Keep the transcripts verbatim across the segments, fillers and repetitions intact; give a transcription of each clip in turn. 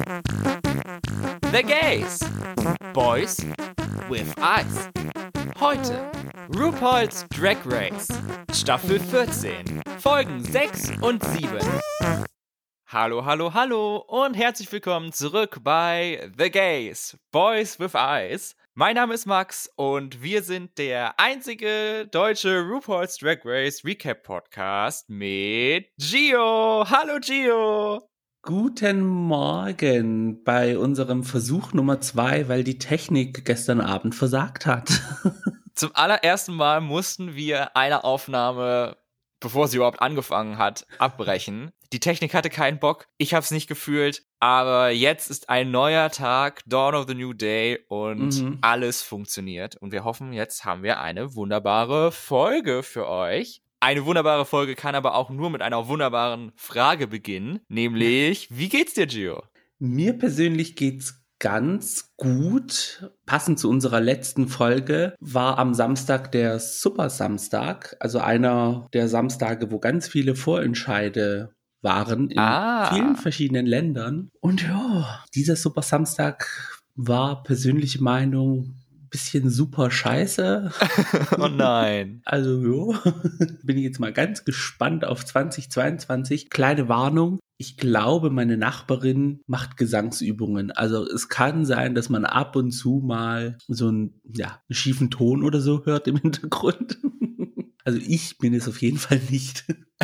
The Gays. Boys with Eyes. Heute RuPaul's Drag Race. Staffel vierzehn. Folgen sechs und sieben. Hallo, hallo, hallo und herzlich willkommen zurück bei The Gays. Boys with Eyes. Mein Name ist Max und wir sind der einzige deutsche RuPaul's Drag Race Recap Podcast mit Gio. Hallo Gio. Guten Morgen bei unserem Versuch Nummer zwei, weil die Technik gestern Abend versagt hat. Zum allerersten Mal mussten wir eine Aufnahme, bevor sie überhaupt angefangen hat, abbrechen. Die Technik hatte keinen Bock, ich hab's nicht gefühlt, aber jetzt ist ein neuer Tag, Dawn of the New Day und mhm. alles funktioniert. Und wir hoffen, jetzt haben wir eine wunderbare Folge für euch. Eine wunderbare Folge kann aber auch nur mit einer wunderbaren Frage beginnen, nämlich, wie geht's dir, Gio? Mir persönlich geht's ganz gut. Passend zu unserer letzten Folge war am Samstag der Super Samstag, also einer der Samstage, wo ganz viele Vorentscheide waren in ah. vielen verschiedenen Ländern. Und ja, dieser Super Samstag war persönliche Meinung bisschen super scheiße. Oh nein. Also ja, bin ich jetzt mal ganz gespannt auf zwanzig zweiundzwanzig. Kleine Warnung, ich glaube, meine Nachbarin macht Gesangsübungen. Also es kann sein, dass man ab und zu mal so einen, ja, einen schiefen Ton oder so hört im Hintergrund. Also ich bin es auf jeden Fall nicht.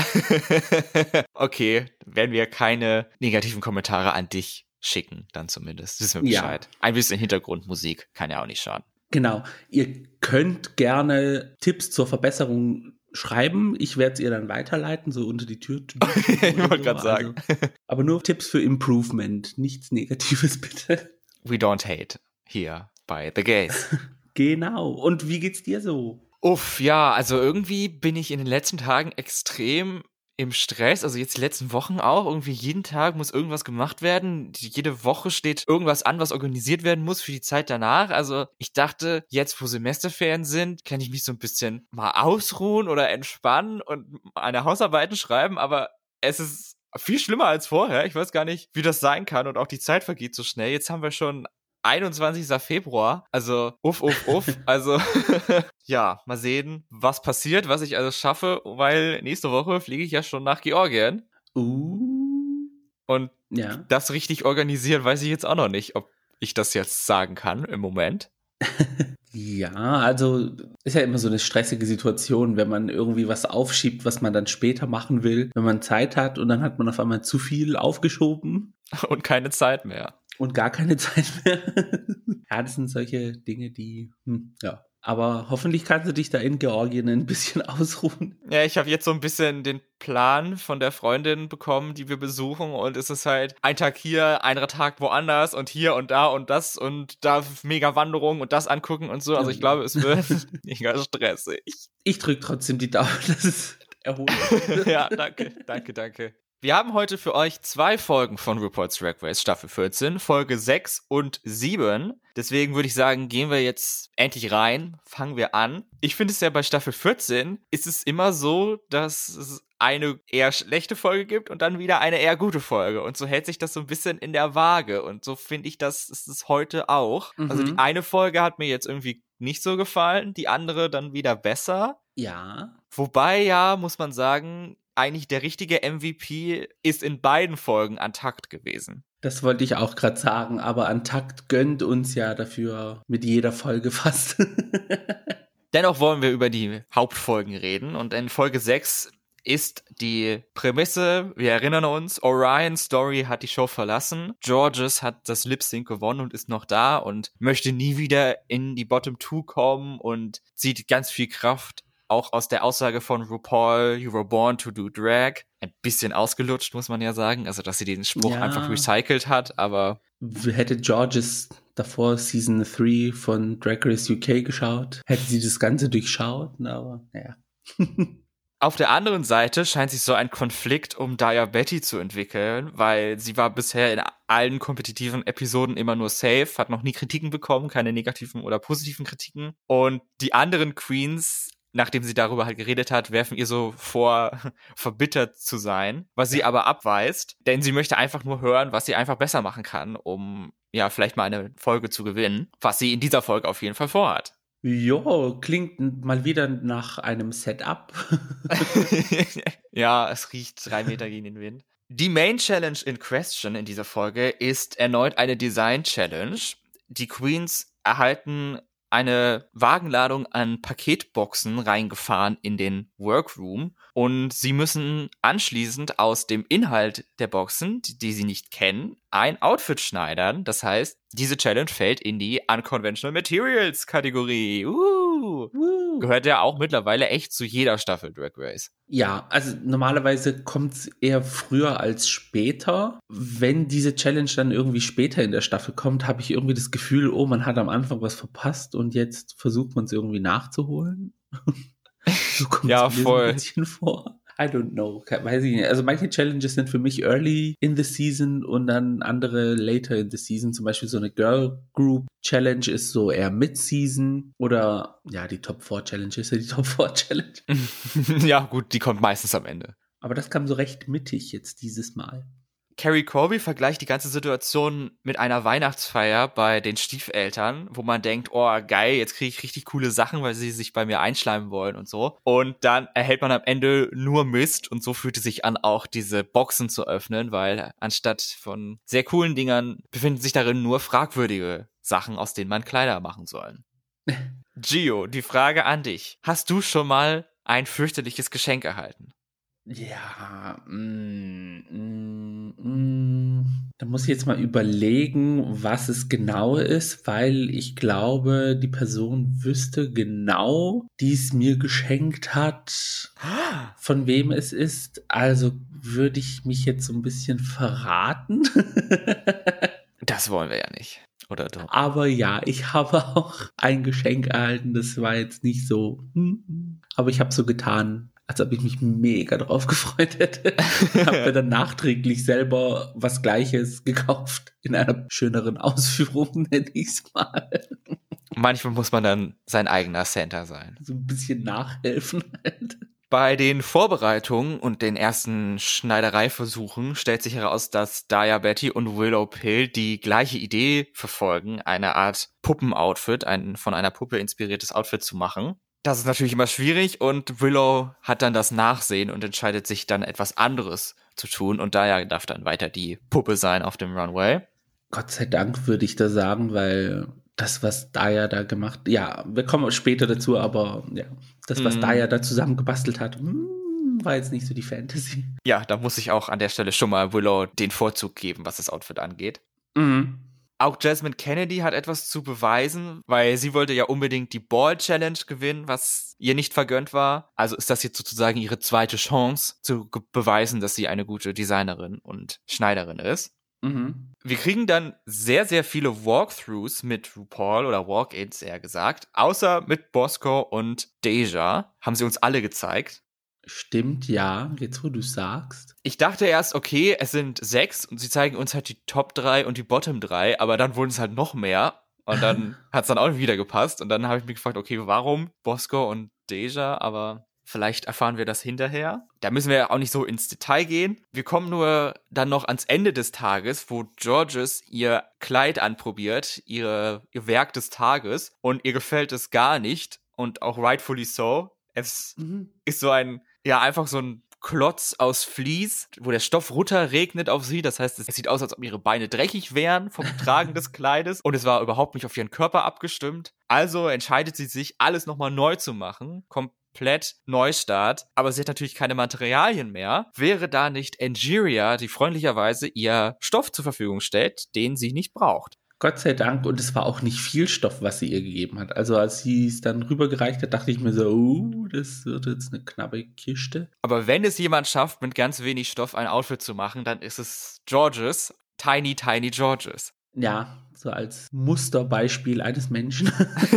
Okay, werden wir keine negativen Kommentare an dich schicken, dann zumindest. Wissen wir Bescheid. Ja. Ein bisschen Hintergrundmusik kann ja auch nicht schaden. Genau. Ihr könnt gerne Tipps zur Verbesserung schreiben. Ich werde es ihr dann weiterleiten, so unter die Tür. Ich wollte so. gerade sagen. Also, aber nur Tipps für Improvement. Nichts Negatives, bitte. We don't hate here by The Gays. Genau. Und wie geht's dir so? Uff, ja, also irgendwie bin ich in den letzten Tagen extrem im Stress, also jetzt die letzten Wochen auch, irgendwie jeden Tag muss irgendwas gemacht werden, jede Woche steht irgendwas an, was organisiert werden muss für die Zeit danach, also ich dachte, jetzt wo Semesterferien sind, kann ich mich so ein bisschen mal ausruhen oder entspannen und eine Hausarbeiten schreiben, aber es ist viel schlimmer als vorher, ich weiß gar nicht, wie das sein kann und auch die Zeit vergeht so schnell, jetzt haben wir schon einundzwanzigsten Februar, also uff, uff, uff, also ja, mal sehen, was passiert, was ich alles schaffe, weil nächste Woche fliege ich ja schon nach Georgien. Uh. Und ja. das richtig organisieren, weiß ich jetzt auch noch nicht, ob ich das jetzt sagen kann im Moment. Ja, also ist ja immer so eine stressige Situation, wenn man irgendwie was aufschiebt, was man dann später machen will, wenn man Zeit hat und dann hat man auf einmal zu viel aufgeschoben. Und keine Zeit mehr. Und gar keine Zeit mehr. Ja, das sind solche Dinge, die, hm, ja. Aber hoffentlich kannst du dich da in Georgien ein bisschen ausruhen. Ja, ich habe jetzt so ein bisschen den Plan von der Freundin bekommen, die wir besuchen. Und es ist halt ein Tag hier, ein Tag woanders und hier und da und das und da mega Wanderung und das angucken und so. Also ich glaube, es wird mega stressig. Ich drücke trotzdem die Daumen, dass es erholt wird. Ja, danke, danke, danke. Wir haben heute für euch zwei Folgen von RuPaul's Drag Race Staffel vierzehn, Folge sechs und sieben. Deswegen würde ich sagen, gehen wir jetzt endlich rein, fangen wir an. Ich finde es ja bei Staffel vierzehn ist es immer so, dass es eine eher schlechte Folge gibt und dann wieder eine eher gute Folge. Und so hält sich das so ein bisschen in der Waage. Und so finde ich, das ist es heute auch. Mhm. Also die eine Folge hat mir jetzt irgendwie nicht so gefallen, die andere dann wieder besser. Ja. Wobei ja, muss man sagen, eigentlich der richtige M V P ist in beiden Folgen Untakt gewesen. Das wollte ich auch gerade sagen, aber Untakt gönnt uns ja dafür mit jeder Folge fast. Dennoch wollen wir über die Hauptfolgen reden und in Folge sechs ist die Prämisse, wir erinnern uns, Orion Story hat die Show verlassen, Georges hat das Lip-Sync gewonnen und ist noch da und möchte nie wieder in die Bottom Two kommen und zieht ganz viel Kraft auch aus der Aussage von RuPaul, you were born to do drag, ein bisschen ausgelutscht, muss man ja sagen. Also, dass sie den Spruch ja. einfach recycelt hat, aber hätte Georges davor Season drei von Drag Race U K geschaut, hätte sie das Ganze durchschaut, aber naja. Auf der anderen Seite scheint sich so ein Konflikt um Daya Betty zu entwickeln, weil sie war bisher in allen kompetitiven Episoden immer nur safe, hat noch nie Kritiken bekommen, keine negativen oder positiven Kritiken. Und die anderen Queens nachdem sie darüber halt geredet hat, werfen ihr so vor, verbittert zu sein, was sie aber abweist, denn sie möchte einfach nur hören, was sie einfach besser machen kann, um ja vielleicht mal eine Folge zu gewinnen, was sie in dieser Folge auf jeden Fall vorhat. Jo, klingt mal wieder nach einem Setup. Ja, es riecht drei Meter gegen den Wind. Die Main Challenge in Question in dieser Folge ist erneut eine Design Challenge. Die Queens erhalten eine Wagenladung an Paketboxen reingefahren in den Workroom und sie müssen anschließend aus dem Inhalt der Boxen, die, die sie nicht kennen, ein Outfit schneidern. Das heißt, diese Challenge fällt in die Unconventional Materials Kategorie. Uh, uh. Gehört ja auch mittlerweile echt zu jeder Staffel Drag Race. Ja, also normalerweise kommt es eher früher als später. Wenn diese Challenge dann irgendwie später in der Staffel kommt, habe ich irgendwie das Gefühl, oh, man hat am Anfang was verpasst und jetzt versucht man es irgendwie nachzuholen. So kommt ja, es mir voll. so ein bisschen vor. I don't know, weiß ich nicht. Also manche Challenges sind für mich early in the season und dann andere later in the season. Zum Beispiel so eine Girl Group Challenge ist so eher Mid-Season oder ja, die Top vier Challenge ist ja die Top vier Challenge. Ja gut, die kommt meistens am Ende. Aber das kam so recht mittig jetzt dieses Mal. Carrie Colby vergleicht die ganze Situation mit einer Weihnachtsfeier bei den Stiefeltern, wo man denkt, oh geil, jetzt kriege ich richtig coole Sachen, weil sie sich bei mir einschleimen wollen und so. Und dann erhält man am Ende nur Mist und so fühlt es sich an, auch diese Boxen zu öffnen, weil anstatt von sehr coolen Dingern befinden sich darin nur fragwürdige Sachen, aus denen man Kleider machen soll. Gio, die Frage an dich. Hast du schon mal ein fürchterliches Geschenk erhalten? Ja, mm, mm, mm. Da muss ich jetzt mal überlegen, was es genau ist, weil ich glaube, die Person wüsste genau, die es mir geschenkt hat, von wem es ist. Also würde ich mich jetzt so ein bisschen verraten. Das wollen wir ja nicht, oder doch? Aber ja, ich habe auch ein Geschenk erhalten, das war jetzt nicht so, aber ich habe so getan, als ob ich mich mega drauf gefreut hätte. Ich habe mir dann nachträglich selber was Gleiches gekauft. In einer schöneren Ausführung, nenne ich es mal. Manchmal muss man dann sein eigener Santa sein. So ein bisschen nachhelfen halt. Bei den Vorbereitungen und den ersten Schneidereiversuchen stellt sich heraus, dass Daya Betty und Willow Pill die gleiche Idee verfolgen, eine Art Puppenoutfit, ein von einer Puppe inspiriertes Outfit zu machen. Das ist natürlich immer schwierig und Willow hat dann das Nachsehen und entscheidet sich dann etwas anderes zu tun und Daya darf dann weiter die Puppe sein auf dem Runway. Gott sei Dank würde ich da sagen, weil das, was Daya da gemacht, ja, wir kommen später dazu, aber ja, das, was mm. Daya da zusammengebastelt hat, mm, war jetzt nicht so die Fantasy. Ja, da muss ich auch an der Stelle schon mal Willow den Vorzug geben, was das Outfit angeht. Mhm. Auch Jasmine Kennedy hat etwas zu beweisen, weil sie wollte ja unbedingt die Ball Challenge gewinnen, was ihr nicht vergönnt war. Also ist das jetzt sozusagen ihre zweite Chance zu ge- beweisen, dass sie eine gute Designerin und Schneiderin ist. Mhm. Wir kriegen dann sehr, sehr viele Walkthroughs mit RuPaul oder Walk-Ins eher gesagt. Außer mit Bosco und Deja haben sie uns alle gezeigt. Stimmt, ja, jetzt wo du sagst. Ich dachte erst, okay, es sind sechs und sie zeigen uns halt die Top drei und die Bottom drei, aber dann wurden es halt noch mehr und dann hat es dann auch wieder gepasst und dann habe ich mich gefragt, okay, warum Bosco und Deja, aber vielleicht erfahren wir das hinterher. Da müssen wir ja auch nicht so ins Detail gehen. Wir kommen nur dann noch ans Ende des Tages, wo Georges ihr Kleid anprobiert, ihre, ihr Werk des Tages und ihr gefällt es gar nicht und auch rightfully so. Es mhm. ist so ein Ja, einfach so ein Klotz aus Vlies, wo der Stoff runterregnet auf sie. Das heißt, es sieht aus, als ob ihre Beine dreckig wären vom Tragen des Kleides. Und es war überhaupt nicht auf ihren Körper abgestimmt. Also entscheidet sie sich, alles nochmal neu zu machen. Komplett Neustart. Aber sie hat natürlich keine Materialien mehr. Wäre da nicht Angeria, die freundlicherweise ihr Stoff zur Verfügung stellt, den sie nicht braucht. Gott sei Dank, und es war auch nicht viel Stoff, was sie ihr gegeben hat. Also als sie es dann rübergereicht hat, dachte ich mir so, oh, das wird jetzt eine knappe Kiste. Aber wenn es jemand schafft, mit ganz wenig Stoff ein Outfit zu machen, dann ist es Georges, Tiny, Tiny Georges. Ja, so als Musterbeispiel eines Menschen.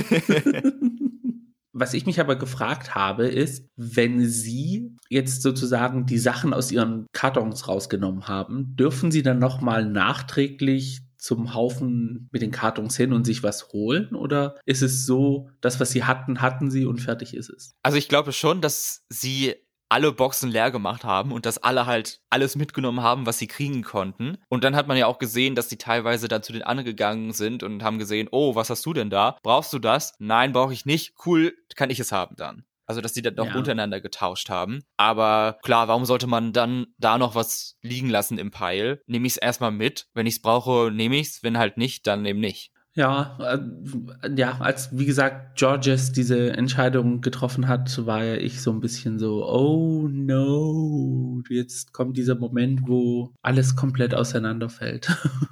Was ich mich aber gefragt habe, ist, wenn Sie jetzt sozusagen die Sachen aus Ihren Kartons rausgenommen haben, dürfen Sie dann nochmal nachträglich zum Haufen mit den Kartons hin und sich was holen? Oder ist es so, das, was sie hatten, hatten sie und fertig ist es? Also ich glaube schon, dass sie alle Boxen leer gemacht haben und dass alle halt alles mitgenommen haben, was sie kriegen konnten. Und dann hat man ja auch gesehen, dass die teilweise dann zu den anderen gegangen sind und haben gesehen, oh, was hast du denn da? Brauchst du das? Nein, brauche ich nicht. Cool, kann ich es haben dann. Also, dass die dann noch Ja. untereinander getauscht haben. Aber klar, warum sollte man dann da noch was liegen lassen im Pile? Nehme ich es erstmal mit. Wenn ich es brauche, nehme ich es. Wenn halt nicht, dann eben nicht. Ja, äh, ja, als, wie gesagt, Georges diese Entscheidung getroffen hat, war ja ich so ein bisschen so, oh no, jetzt kommt dieser Moment, wo alles komplett auseinanderfällt.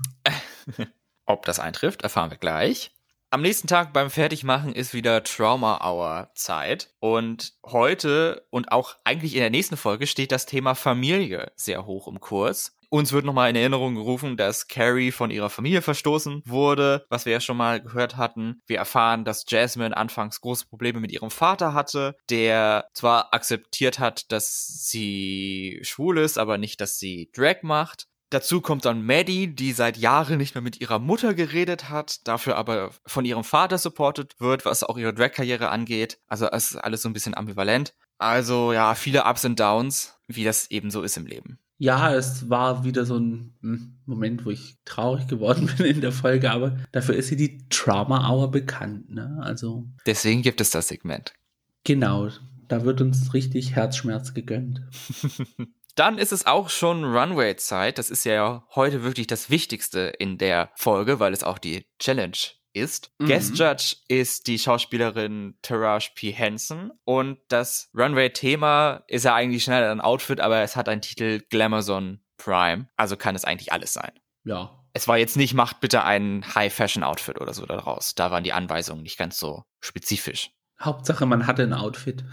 Ob das eintrifft, erfahren wir gleich. Am nächsten Tag beim Fertigmachen ist wieder Trauma-Hour-Zeit. Und heute und auch eigentlich in der nächsten Folge steht das Thema Familie sehr hoch im Kurs. Uns wird nochmal in Erinnerung gerufen, dass Carrie von ihrer Familie verstoßen wurde, was wir ja schon mal gehört hatten. Wir erfahren, dass Jasmine anfangs große Probleme mit ihrem Vater hatte, der zwar akzeptiert hat, dass sie schwul ist, aber nicht, dass sie Drag macht. Dazu kommt dann Maddie, die seit Jahren nicht mehr mit ihrer Mutter geredet hat, dafür aber von ihrem Vater supported wird, was auch ihre Drag-Karriere angeht. Also es ist alles so ein bisschen ambivalent. Also ja, viele Ups und Downs, wie das eben so ist im Leben. Ja, es war wieder so ein Moment, wo ich traurig geworden bin in der Folge, aber dafür ist sie die Trauma Hour bekannt, ne? Also deswegen gibt es das Segment. Genau, da wird uns richtig Herzschmerz gegönnt. Dann ist es auch schon Runway-Zeit. Das ist ja heute wirklich das Wichtigste in der Folge, weil es auch die Challenge ist. Mhm. Guest Judge ist die Schauspielerin Taraji P. Henson und das Runway-Thema ist ja eigentlich schneller ein Outfit, aber es hat einen Titel Glamazon Prime, also kann es eigentlich alles sein. Ja. Es war jetzt nicht, macht bitte ein High-Fashion-Outfit oder so daraus. Da waren die Anweisungen nicht ganz so spezifisch. Hauptsache, man hatte ein Outfit.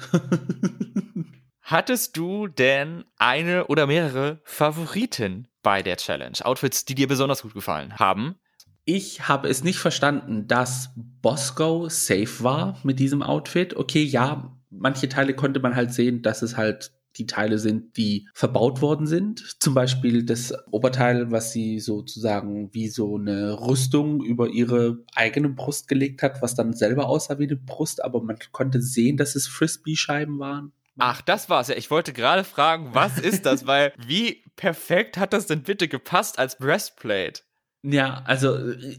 Hattest du denn eine oder mehrere Favoriten bei der Challenge? Outfits, die dir besonders gut gefallen haben? Ich habe es nicht verstanden, dass Bosco safe war mit diesem Outfit. Okay, ja, manche Teile konnte man halt sehen, dass es halt die Teile sind, die verbaut worden sind. Zum Beispiel das Oberteil, was sie sozusagen wie so eine Rüstung über ihre eigene Brust gelegt hat, was dann selber aussah wie eine Brust, aber man konnte sehen, dass es Frisbee-Scheiben waren. Ach, das war's ja. Ich wollte gerade fragen, was ist das? Weil wie perfekt hat das denn bitte gepasst als Breastplate? Ja, also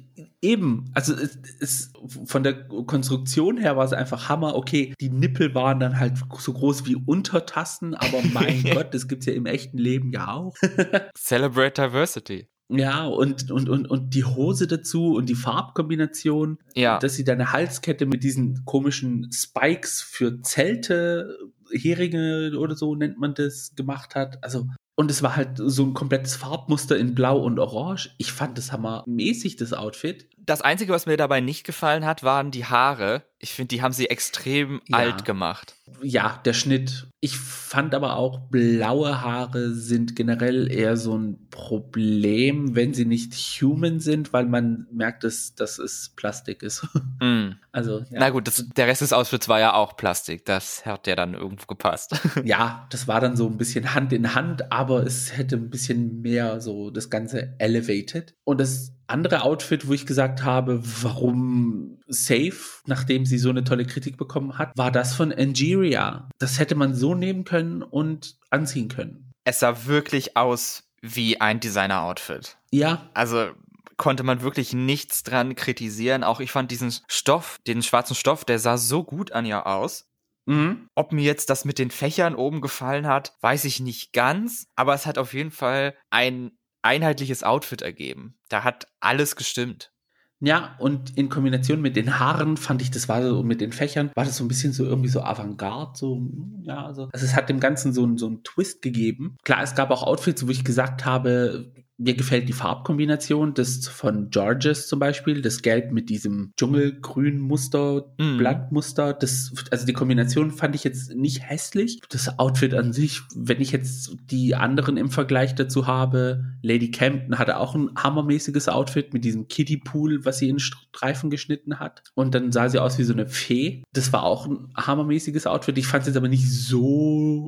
eben, also es, es, von der Konstruktion her war es einfach Hammer. Okay, die Nippel waren dann halt so groß wie Untertassen, aber mein Gott, das gibt's ja im echten Leben ja auch. Celebrate Diversity. Ja, und, und, und, und die Hose dazu und die Farbkombination, ja. Dass sie da eine Halskette mit diesen komischen Spikes für Zelte, Heringe oder so nennt man das, gemacht hat. Also, und es war halt so ein komplettes Farbmuster in Blau und Orange. Ich fand das hammermäßig, das Outfit. Das Einzige, was mir dabei nicht gefallen hat, waren die Haare. Ich finde, die haben sie extrem ja. alt gemacht. Ja, der Schnitt. Ich fand aber auch, blaue Haare sind generell eher so ein Problem, wenn sie nicht human sind, weil man merkt, dass, dass es Plastik ist. Mm. Also, ja. Na gut, das, der Rest des Outfits war ja auch Plastik. Das hat ja dann irgendwo gepasst. Ja, das war dann so ein bisschen Hand in Hand, aber es hätte ein bisschen mehr so das Ganze elevated. Und das andere Outfit, wo ich gesagt habe, warum safe, nachdem sie so eine tolle Kritik bekommen hat, war das von Angeria. Das hätte man so nehmen können und anziehen können. Es sah wirklich aus wie ein Designer-Outfit. Ja. Also konnte man wirklich nichts dran kritisieren. Auch ich fand diesen Stoff, den schwarzen Stoff, der sah so gut an ihr aus. Mhm. Ob mir jetzt das mit den Fächern oben gefallen hat, weiß ich nicht ganz. Aber es hat auf jeden Fall ein einheitliches Outfit ergeben. Da hat alles gestimmt. Ja, und in Kombination mit den Haaren fand ich, das war so, mit den Fächern, war das so ein bisschen so irgendwie so Avantgarde, so, ja, also, also es hat dem Ganzen so, so einen Twist gegeben. Klar, es gab auch Outfits, wo ich gesagt habe, mir gefällt die Farbkombination, das von Georges zum Beispiel, das Gelb mit diesem Dschungelgrün-Muster, mm. Blattmuster, das, also die Kombination fand ich jetzt nicht hässlich. Das Outfit an sich, wenn ich jetzt die anderen im Vergleich dazu habe, Lady Camden hatte auch ein hammermäßiges Outfit mit diesem Kiddie-Pool, was sie in Streifen geschnitten hat. Und dann sah sie aus wie so eine Fee. Das war auch ein hammermäßiges Outfit. Ich fand es jetzt aber nicht so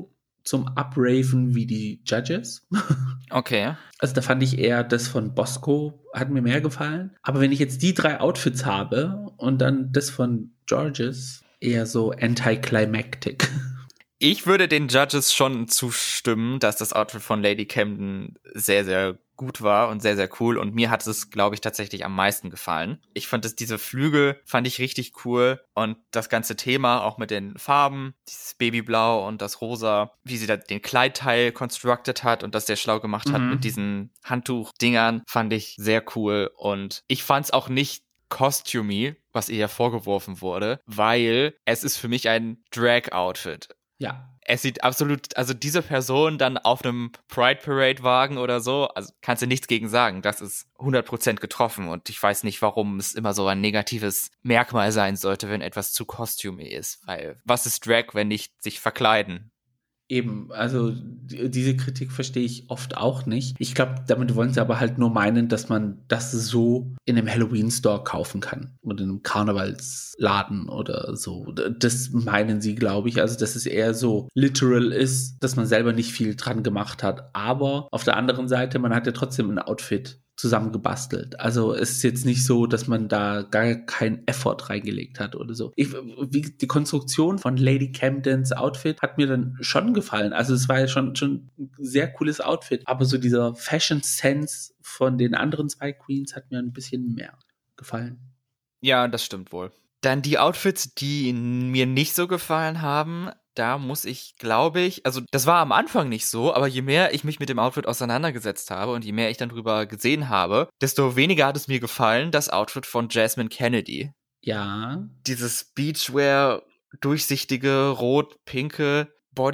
zum Upraven wie die Judges. Okay. Also da fand ich eher das von Bosco, hat mir mehr gefallen. Aber wenn ich jetzt die drei Outfits habe und dann das von Georges, eher so anticlimactic. Ich würde den Judges schon zustimmen, dass das Outfit von Lady Camden sehr, sehr gut war und sehr, sehr cool. Und mir hat es, glaube ich, tatsächlich am meisten gefallen. Ich fand es, diese Flügel fand ich richtig cool. Und das ganze Thema, auch mit den Farben, dieses Babyblau und das Rosa, wie sie da den Kleidteil constructed hat und das sehr schlau gemacht hat Mhm. mit diesen Handtuchdingern, fand ich sehr cool. Und ich fand es auch nicht costumey, was ihr ja vorgeworfen wurde, weil es ist für mich ein Drag-Outfit. Ja. Es sieht absolut, also diese Person dann auf einem Pride-Parade-Wagen oder so, also kannst du nichts gegen sagen. Das ist hundert Prozent getroffen und ich weiß nicht, warum es immer so ein negatives Merkmal sein sollte, wenn etwas zu costumey ist. Weil was ist Drag, wenn nicht sich verkleiden? Eben, also die, diese Kritik verstehe ich oft auch nicht. Ich glaube, damit wollen sie aber halt nur meinen, dass man das so in einem Halloween-Store kaufen kann oder in einem Karnevalsladen oder so. Das meinen sie, glaube ich. Also, dass es eher so literal ist, dass man selber nicht viel dran gemacht hat. Aber auf der anderen Seite, man hat ja trotzdem ein Outfit zusammengebastelt. Also es ist jetzt nicht so, dass man da gar keinen Effort reingelegt hat oder so. Ich, wie, die Konstruktion von Lady Camdens Outfit hat mir dann schon gefallen. Also es war ja schon, schon ein sehr cooles Outfit. Aber so dieser Fashion Sense von den anderen zwei Queens hat mir ein bisschen mehr gefallen. Ja, das stimmt wohl. Dann die Outfits, die mir nicht so gefallen haben, da muss ich, glaube ich, also das war am Anfang nicht so, aber je mehr ich mich mit dem Outfit auseinandergesetzt habe und je mehr ich dann drüber gesehen habe, desto weniger hat es mir gefallen, das Outfit von Jasmine Kennedy. Ja. Dieses Beachwear, durchsichtige, rot-pinke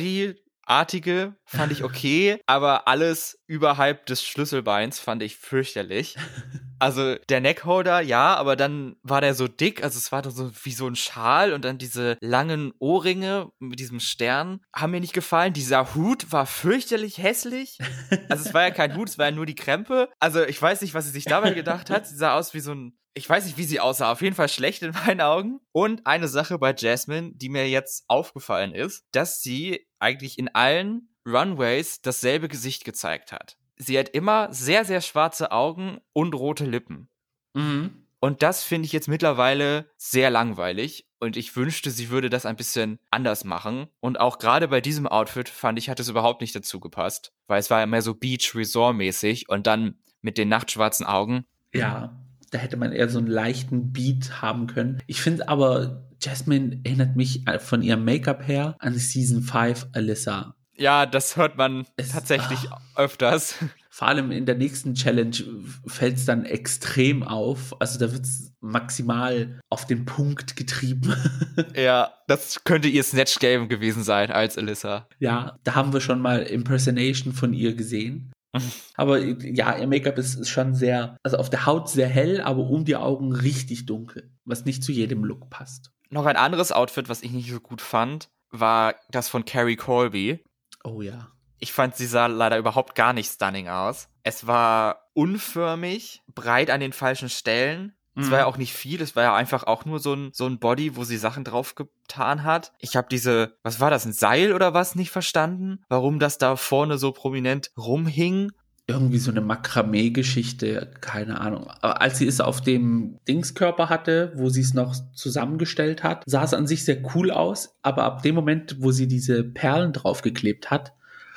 Body-artige fand ich okay, aber alles überhalb des Schlüsselbeins fand ich fürchterlich. Also der Neckholder, ja, aber dann war der so dick, also es war doch so wie so ein Schal und dann diese langen Ohrringe mit diesem Stern haben mir nicht gefallen. Dieser Hut war fürchterlich hässlich. Also es war ja kein Hut, es war ja nur die Krempe. Also ich weiß nicht, was sie sich dabei gedacht hat. Sie sah aus wie so ein, ich weiß nicht, wie sie aussah, auf jeden Fall schlecht in meinen Augen. Und eine Sache bei Jasmine, die mir jetzt aufgefallen ist, dass sie eigentlich in allen Runways dasselbe Gesicht gezeigt hat. Sie hat immer sehr, sehr schwarze Augen und rote Lippen. Mhm. Und das finde ich jetzt mittlerweile sehr langweilig. Und ich wünschte, sie würde das ein bisschen anders machen. Und auch gerade bei diesem Outfit fand ich, hat es überhaupt nicht dazu gepasst. Weil es war ja mehr so Beach-Resort-mäßig. Und dann mit den nachtschwarzen Augen. Ja, da hätte man eher so einen leichten Beat haben können. Ich finde aber, Jasmine erinnert mich von ihrem Make-up her an Season fünf Alyssa. Ja, das hört man Es, tatsächlich ah, öfters. Vor allem in der nächsten Challenge fällt es dann extrem auf. Also da wird es maximal auf den Punkt getrieben. Ja, das könnte ihr Snatch Game gewesen sein als Alyssa. Ja, da haben wir schon mal Impersonation von ihr gesehen. Aber ja, ihr Make-up ist, ist schon sehr, also auf der Haut sehr hell, aber um die Augen richtig dunkel, was nicht zu jedem Look passt. Noch ein anderes Outfit, was ich nicht so gut fand, war das von Carrie Colby. Oh ja. Ich fand, sie sah leider überhaupt gar nicht stunning aus. Es war unförmig, breit an den falschen Stellen. Es war ja auch nicht viel, es war ja einfach auch nur so ein, so ein Body, wo sie Sachen drauf getan hat. Ich habe diese, was war das, ein Seil oder was, nicht verstanden? Warum das da vorne so prominent rumhing? Irgendwie so eine Makramee-Geschichte, keine Ahnung. Aber als sie es auf dem Dingskörper hatte, wo sie es noch zusammengestellt hat, sah es an sich sehr cool aus. Aber ab dem Moment, wo sie diese Perlen draufgeklebt hat,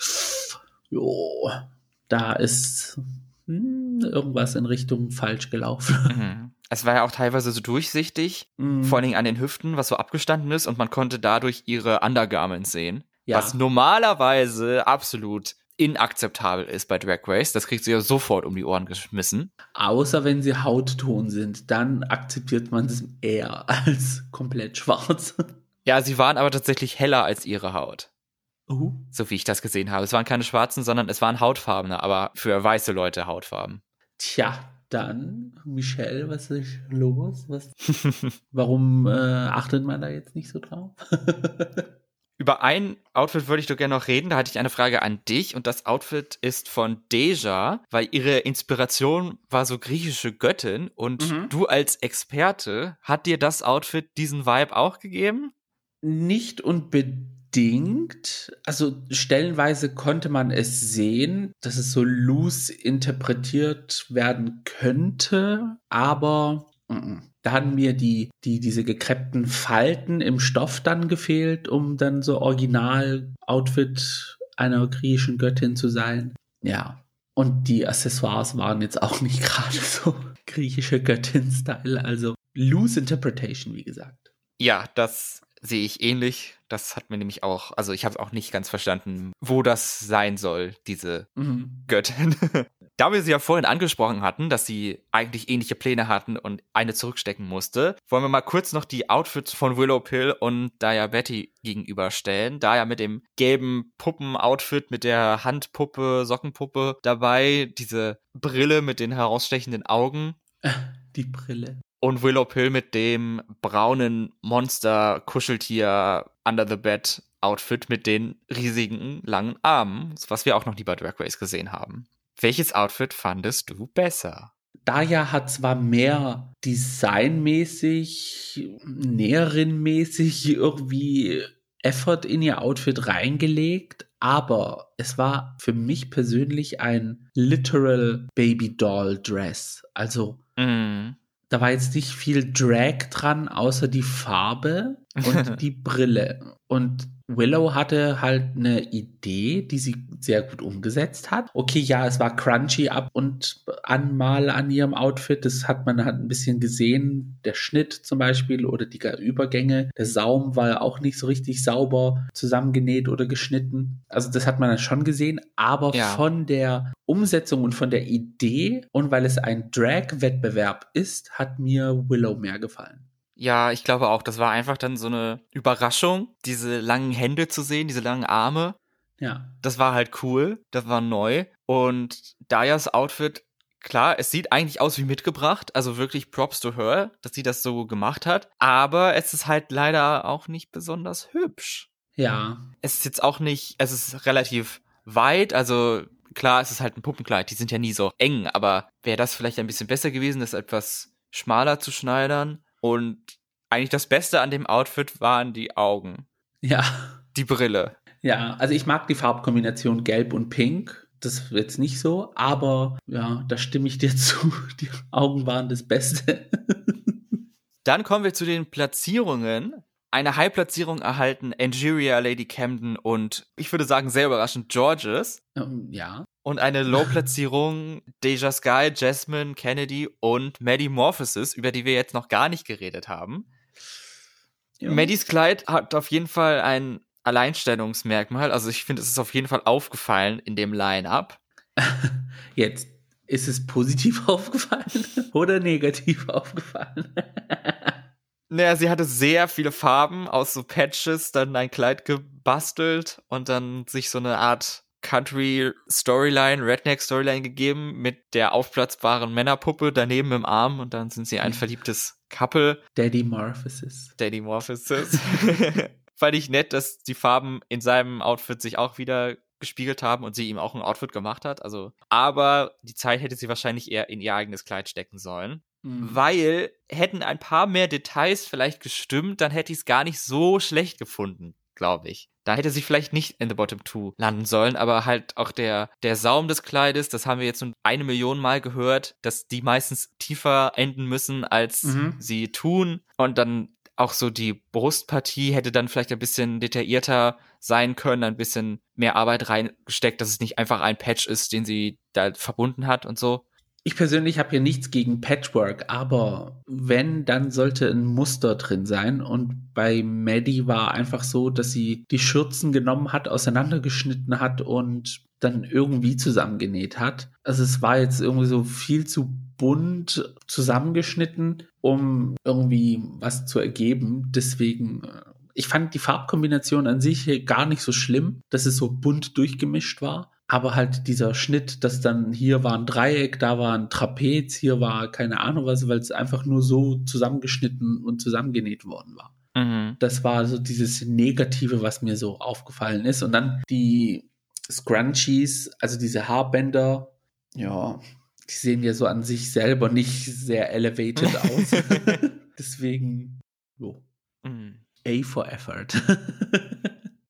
jo, da ist hm, irgendwas in Richtung falsch gelaufen. Mhm. Es war ja auch teilweise so durchsichtig, Mhm. vor allen Dingen an den Hüften, was so abgestanden ist und man konnte dadurch ihre Undergarments sehen. Ja. Was normalerweise absolut inakzeptabel ist bei Drag Race. Das kriegt sie ja sofort um die Ohren geschmissen. Außer wenn sie Hautton sind, dann akzeptiert man es eher als komplett schwarz. Ja, sie waren aber tatsächlich heller als ihre Haut. Uh. So wie ich das gesehen habe. Es waren keine schwarzen, sondern es waren hautfarbene, aber für weiße Leute Hautfarben. Tja, dann, Michelle, was ist los? Was, warum äh, achtet man da jetzt nicht so drauf? Über ein Outfit würde ich doch gerne noch reden. Da hatte ich eine Frage an dich. Und das Outfit ist von Deja, weil ihre Inspiration war so griechische Göttin. Und Mhm. du als Experte, hat dir das Outfit diesen Vibe auch gegeben? Nicht unbedingt. bedingt. Also stellenweise konnte man es sehen, dass es so loose interpretiert werden könnte, aber mm-mm. Da hatten mir die, die, diese gekreppten Falten im Stoff dann gefehlt, um dann so Original-Outfit einer griechischen Göttin zu sein. Ja. Und die Accessoires waren jetzt auch nicht gerade so griechische Göttin-Style. Also loose interpretation, wie gesagt. Ja, das sehe ich ähnlich. Das hat mir nämlich auch, also ich habe auch nicht ganz verstanden, wo das sein soll, diese mhm. Göttin. Da wir sie ja vorhin angesprochen hatten, dass sie eigentlich ähnliche Pläne hatten und eine zurückstecken musste, wollen wir mal kurz noch die Outfits von Willow Pill und Daya Betty gegenüberstellen. Daya mit dem gelben Puppen-Outfit, mit der Handpuppe, Sockenpuppe dabei, diese Brille mit den herausstechenden Augen. Die Brille. Und Willow Pill mit dem braunen Monster-Kuscheltier Under the Bed Outfit mit den riesigen langen Armen, was wir auch noch nie bei Drag Race gesehen haben. Welches Outfit fandest du besser? Daya hat zwar mehr designmäßig, Näherin-mäßig irgendwie Effort in ihr Outfit reingelegt, aber es war für mich persönlich ein literal Baby Doll Dress. Also mm. da war jetzt nicht viel Drag dran, außer die Farbe und die Brille. Und Willow hatte halt eine Idee, die sie sehr gut umgesetzt hat. Okay, ja, es war crunchy ab und an mal an ihrem Outfit. Das hat man halt ein bisschen gesehen. Der Schnitt zum Beispiel oder die Übergänge. Der Saum war auch nicht so richtig sauber zusammengenäht oder geschnitten. Also das hat man dann schon gesehen. Aber ja. Von der Umsetzung und von der Idee und weil es ein Drag-Wettbewerb ist, hat mir Willow mehr gefallen. Ja, ich glaube auch, das war einfach dann so eine Überraschung, diese langen Hände zu sehen, diese langen Arme. Ja. Das war halt cool, das war neu. Und Dayas Outfit, klar, es sieht eigentlich aus wie mitgebracht, also wirklich Props to her, dass sie das so gemacht hat. Aber es ist halt leider auch nicht besonders hübsch. Ja. Es ist jetzt auch nicht, es ist relativ weit, also klar, es ist halt ein Puppenkleid, die sind ja nie so eng, aber wäre das vielleicht ein bisschen besser gewesen, das etwas schmaler zu schneidern? Und eigentlich das Beste an dem Outfit waren die Augen. Ja. Die Brille. Ja, also ich mag die Farbkombination Gelb und Pink. Das ist jetzt nicht so, aber ja, da stimme ich dir zu. Die Augen waren das Beste. Dann kommen wir zu den Platzierungen. Eine High-Platzierung erhalten Angeria, Lady Camden und, ich würde sagen, sehr überraschend, Georges. Um, ja. Und eine Low-Platzierung Deja Skye, Jasmine, Kennedy und Maddie Morphosis, über die wir jetzt noch gar nicht geredet haben. Ja. Maddies Kleid hat auf jeden Fall ein Alleinstellungsmerkmal. Also ich finde, es ist auf jeden Fall aufgefallen in dem Line-Up. Jetzt, ist es positiv aufgefallen oder negativ aufgefallen? Naja, sie hatte sehr viele Farben aus so Patches, dann ein Kleid gebastelt und dann sich so eine Art Country-Storyline, Redneck-Storyline gegeben mit der aufplatzbaren Männerpuppe daneben im Arm und dann sind sie ein verliebtes Couple. Daddy Morphosis. Daddy Morphosis. Fand ich nett, dass die Farben in seinem Outfit sich auch wieder gespiegelt haben und sie ihm auch ein Outfit gemacht hat. Also, aber die Zeit hätte sie wahrscheinlich eher in ihr eigenes Kleid stecken sollen. Mhm. Weil hätten ein paar mehr Details vielleicht gestimmt, dann hätte ich es gar nicht so schlecht gefunden, glaube ich. Da hätte sie vielleicht nicht in the bottom two landen sollen, aber halt auch der, der Saum des Kleides, das haben wir jetzt nun eine Million Mal gehört, dass die meistens tiefer enden müssen, als mhm. sie tun. Und dann auch so die Brustpartie hätte dann vielleicht ein bisschen detaillierter sein können, ein bisschen mehr Arbeit reingesteckt, dass es nicht einfach ein Patch ist, den sie da verbunden hat und so. Ich persönlich habe ja nichts gegen Patchwork, aber wenn, dann sollte ein Muster drin sein. Und bei Maddie war einfach so, dass sie die Schürzen genommen hat, auseinandergeschnitten hat und dann irgendwie zusammengenäht hat. Also es war jetzt irgendwie so viel zu bunt zusammengeschnitten, um irgendwie was zu ergeben. Deswegen, ich fand die Farbkombination an sich gar nicht so schlimm, dass es so bunt durchgemischt war. Aber halt dieser Schnitt, dass dann hier war ein Dreieck, da war ein Trapez, hier war keine Ahnung was, weil es einfach nur so zusammengeschnitten und zusammengenäht worden war. Mhm. Das war so dieses Negative, was mir so aufgefallen ist. Und dann die Scrunchies, also diese Haarbänder, ja, die sehen ja so an sich selber nicht sehr elevated aus. Deswegen, jo. Mhm. A for effort.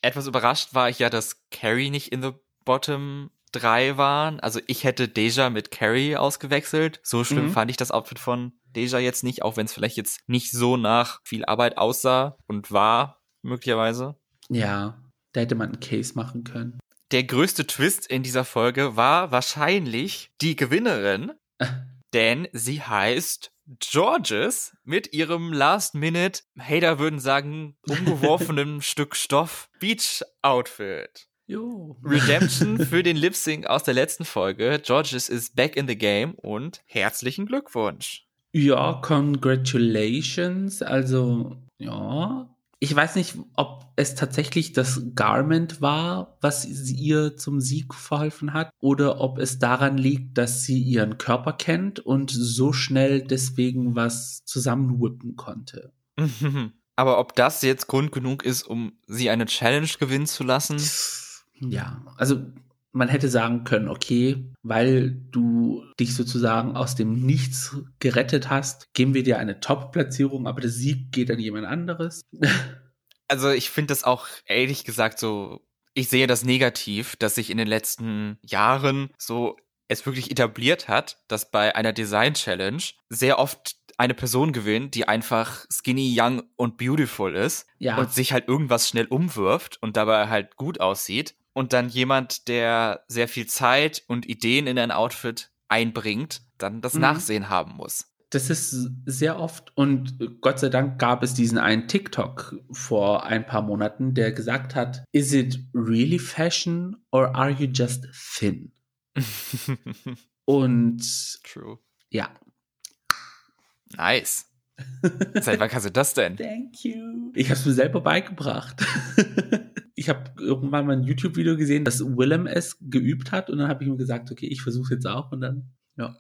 Etwas überrascht war ich ja, dass Carrie nicht in the Bottom drei waren. Also ich hätte Deja mit Carrie ausgewechselt. So schlimm mhm. fand ich das Outfit von Deja jetzt nicht, auch wenn es vielleicht jetzt nicht so nach viel Arbeit aussah und war, möglicherweise. Ja, da hätte man einen Case machen können. Der größte Twist in dieser Folge war wahrscheinlich die Gewinnerin, denn sie heißt Georges mit ihrem Last-Minute, Hater würden sagen, umgeworfenen Stück Stoff Beach-Outfit. Jo. Redemption für den Lip-Sync aus der letzten Folge. Georges is back in the game und herzlichen Glückwunsch. Ja, congratulations. Also, ja. Ich weiß nicht, ob es tatsächlich das Garment war, was ihr zum Sieg verholfen hat, oder ob es daran liegt, dass sie ihren Körper kennt und so schnell deswegen was zusammenwhippen konnte. Aber ob das jetzt Grund genug ist, um sie eine Challenge gewinnen zu lassen? Ja, also man hätte sagen können, okay, weil du dich sozusagen aus dem Nichts gerettet hast, geben wir dir eine Top-Platzierung, aber der Sieg geht an jemand anderes. Also ich finde das auch ehrlich gesagt so, ich sehe das negativ, dass sich in den letzten Jahren so es wirklich etabliert hat, dass bei einer Design-Challenge sehr oft eine Person gewinnt, die einfach skinny, young und beautiful ist ja. und sich halt irgendwas schnell umwirft und dabei halt gut aussieht. Und dann jemand, der sehr viel Zeit und Ideen in ein Outfit einbringt, dann das mhm. Nachsehen haben muss. Das ist sehr oft und Gott sei Dank gab es diesen einen TikTok vor ein paar Monaten, der gesagt hat, is it really fashion or are you just thin? Und True. Ja. Nice. Seit wann kannst du das denn? Thank you. Ich habe es mir selber beigebracht. Ich habe irgendwann mal ein YouTube-Video gesehen, dass Willem es geübt hat und dann habe ich mir gesagt, okay, ich versuche jetzt auch und dann, ja.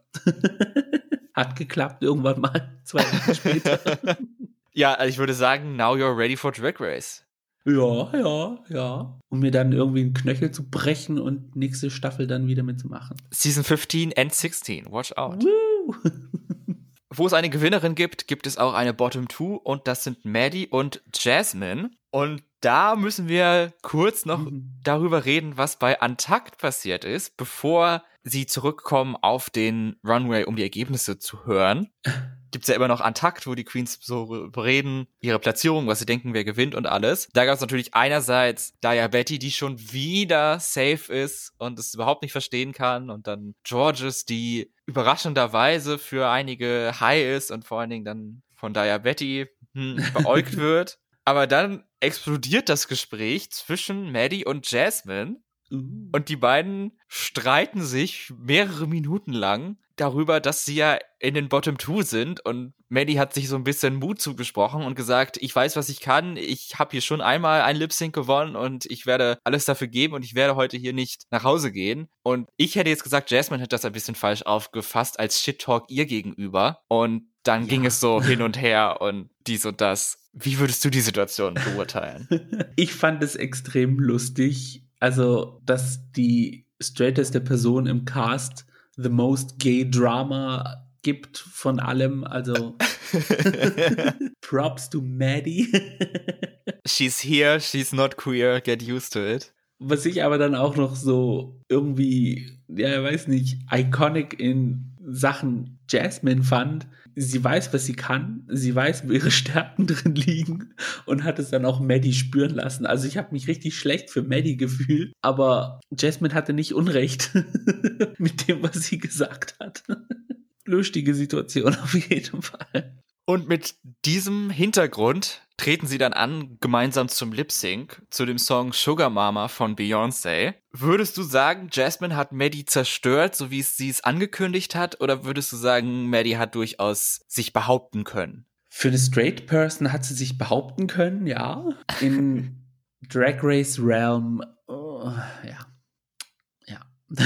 Hat geklappt irgendwann mal, zwei Wochen später. Ja, also ich würde sagen, now you're ready for Drag Race. Ja, ja, ja. Um mir dann irgendwie einen Knöchel zu brechen und nächste Staffel dann wieder mitzumachen. Season fifteen and sixteen, watch out. Woo. Wo es eine Gewinnerin gibt, gibt es auch eine Bottom Two und das sind Maddie und Jasmine. Und da müssen wir kurz noch mhm. darüber reden, was bei Untucked passiert ist, bevor sie zurückkommen auf den Runway, um die Ergebnisse zu hören. Gibt's ja immer noch Untucked, wo die Queens so reden, ihre Platzierung, was sie denken, wer gewinnt und alles. Da gab es natürlich einerseits Daya Betty, die schon wieder safe ist und es überhaupt nicht verstehen kann. Und dann Georges, die überraschenderweise für einige high ist und vor allen Dingen dann von Daya Betty hm, beäugt wird. Aber dann explodiert das Gespräch zwischen Maddie und Jasmine. Uh. Und die beiden streiten sich mehrere Minuten lang darüber, dass sie ja in den Bottom Two sind. Und Maddie hat sich so ein bisschen Mut zugesprochen und gesagt, ich weiß, was ich kann. Ich habe hier schon einmal ein Lip-Sync gewonnen und ich werde alles dafür geben und ich werde heute hier nicht nach Hause gehen. Und ich hätte jetzt gesagt, Jasmine hat das ein bisschen falsch aufgefasst als Shit-Talk ihr gegenüber. Und dann ja. ging es so hin und her und dies und das. Wie würdest du die Situation beurteilen? Ich fand es extrem lustig. Also, dass die straighteste Person im Cast the most gay drama gibt von allem. Also, Props to Maddie. She's here, she's not queer, get used to it. Was ich aber dann auch noch so irgendwie, ja, ich weiß nicht, iconic in Sachen Jasmine fand. Sie weiß, was sie kann. Sie weiß, wo ihre Stärken drin liegen und hat es dann auch Maddie spüren lassen. Also ich habe mich richtig schlecht für Maddie gefühlt, aber Jasmine hatte nicht Unrecht mit dem, was sie gesagt hat. Lustige Situation auf jeden Fall. Und mit diesem Hintergrund treten sie dann an, gemeinsam zum Lip-Sync, zu dem Song Sugar Mama von Beyoncé. Würdest du sagen, Jasmine hat Maddie zerstört, so wie es sie es angekündigt hat, oder würdest du sagen, Maddie hat durchaus sich behaupten können? Für eine Straight Person hat sie sich behaupten können, ja. In Drag Race Realm, oh, ja. Ja.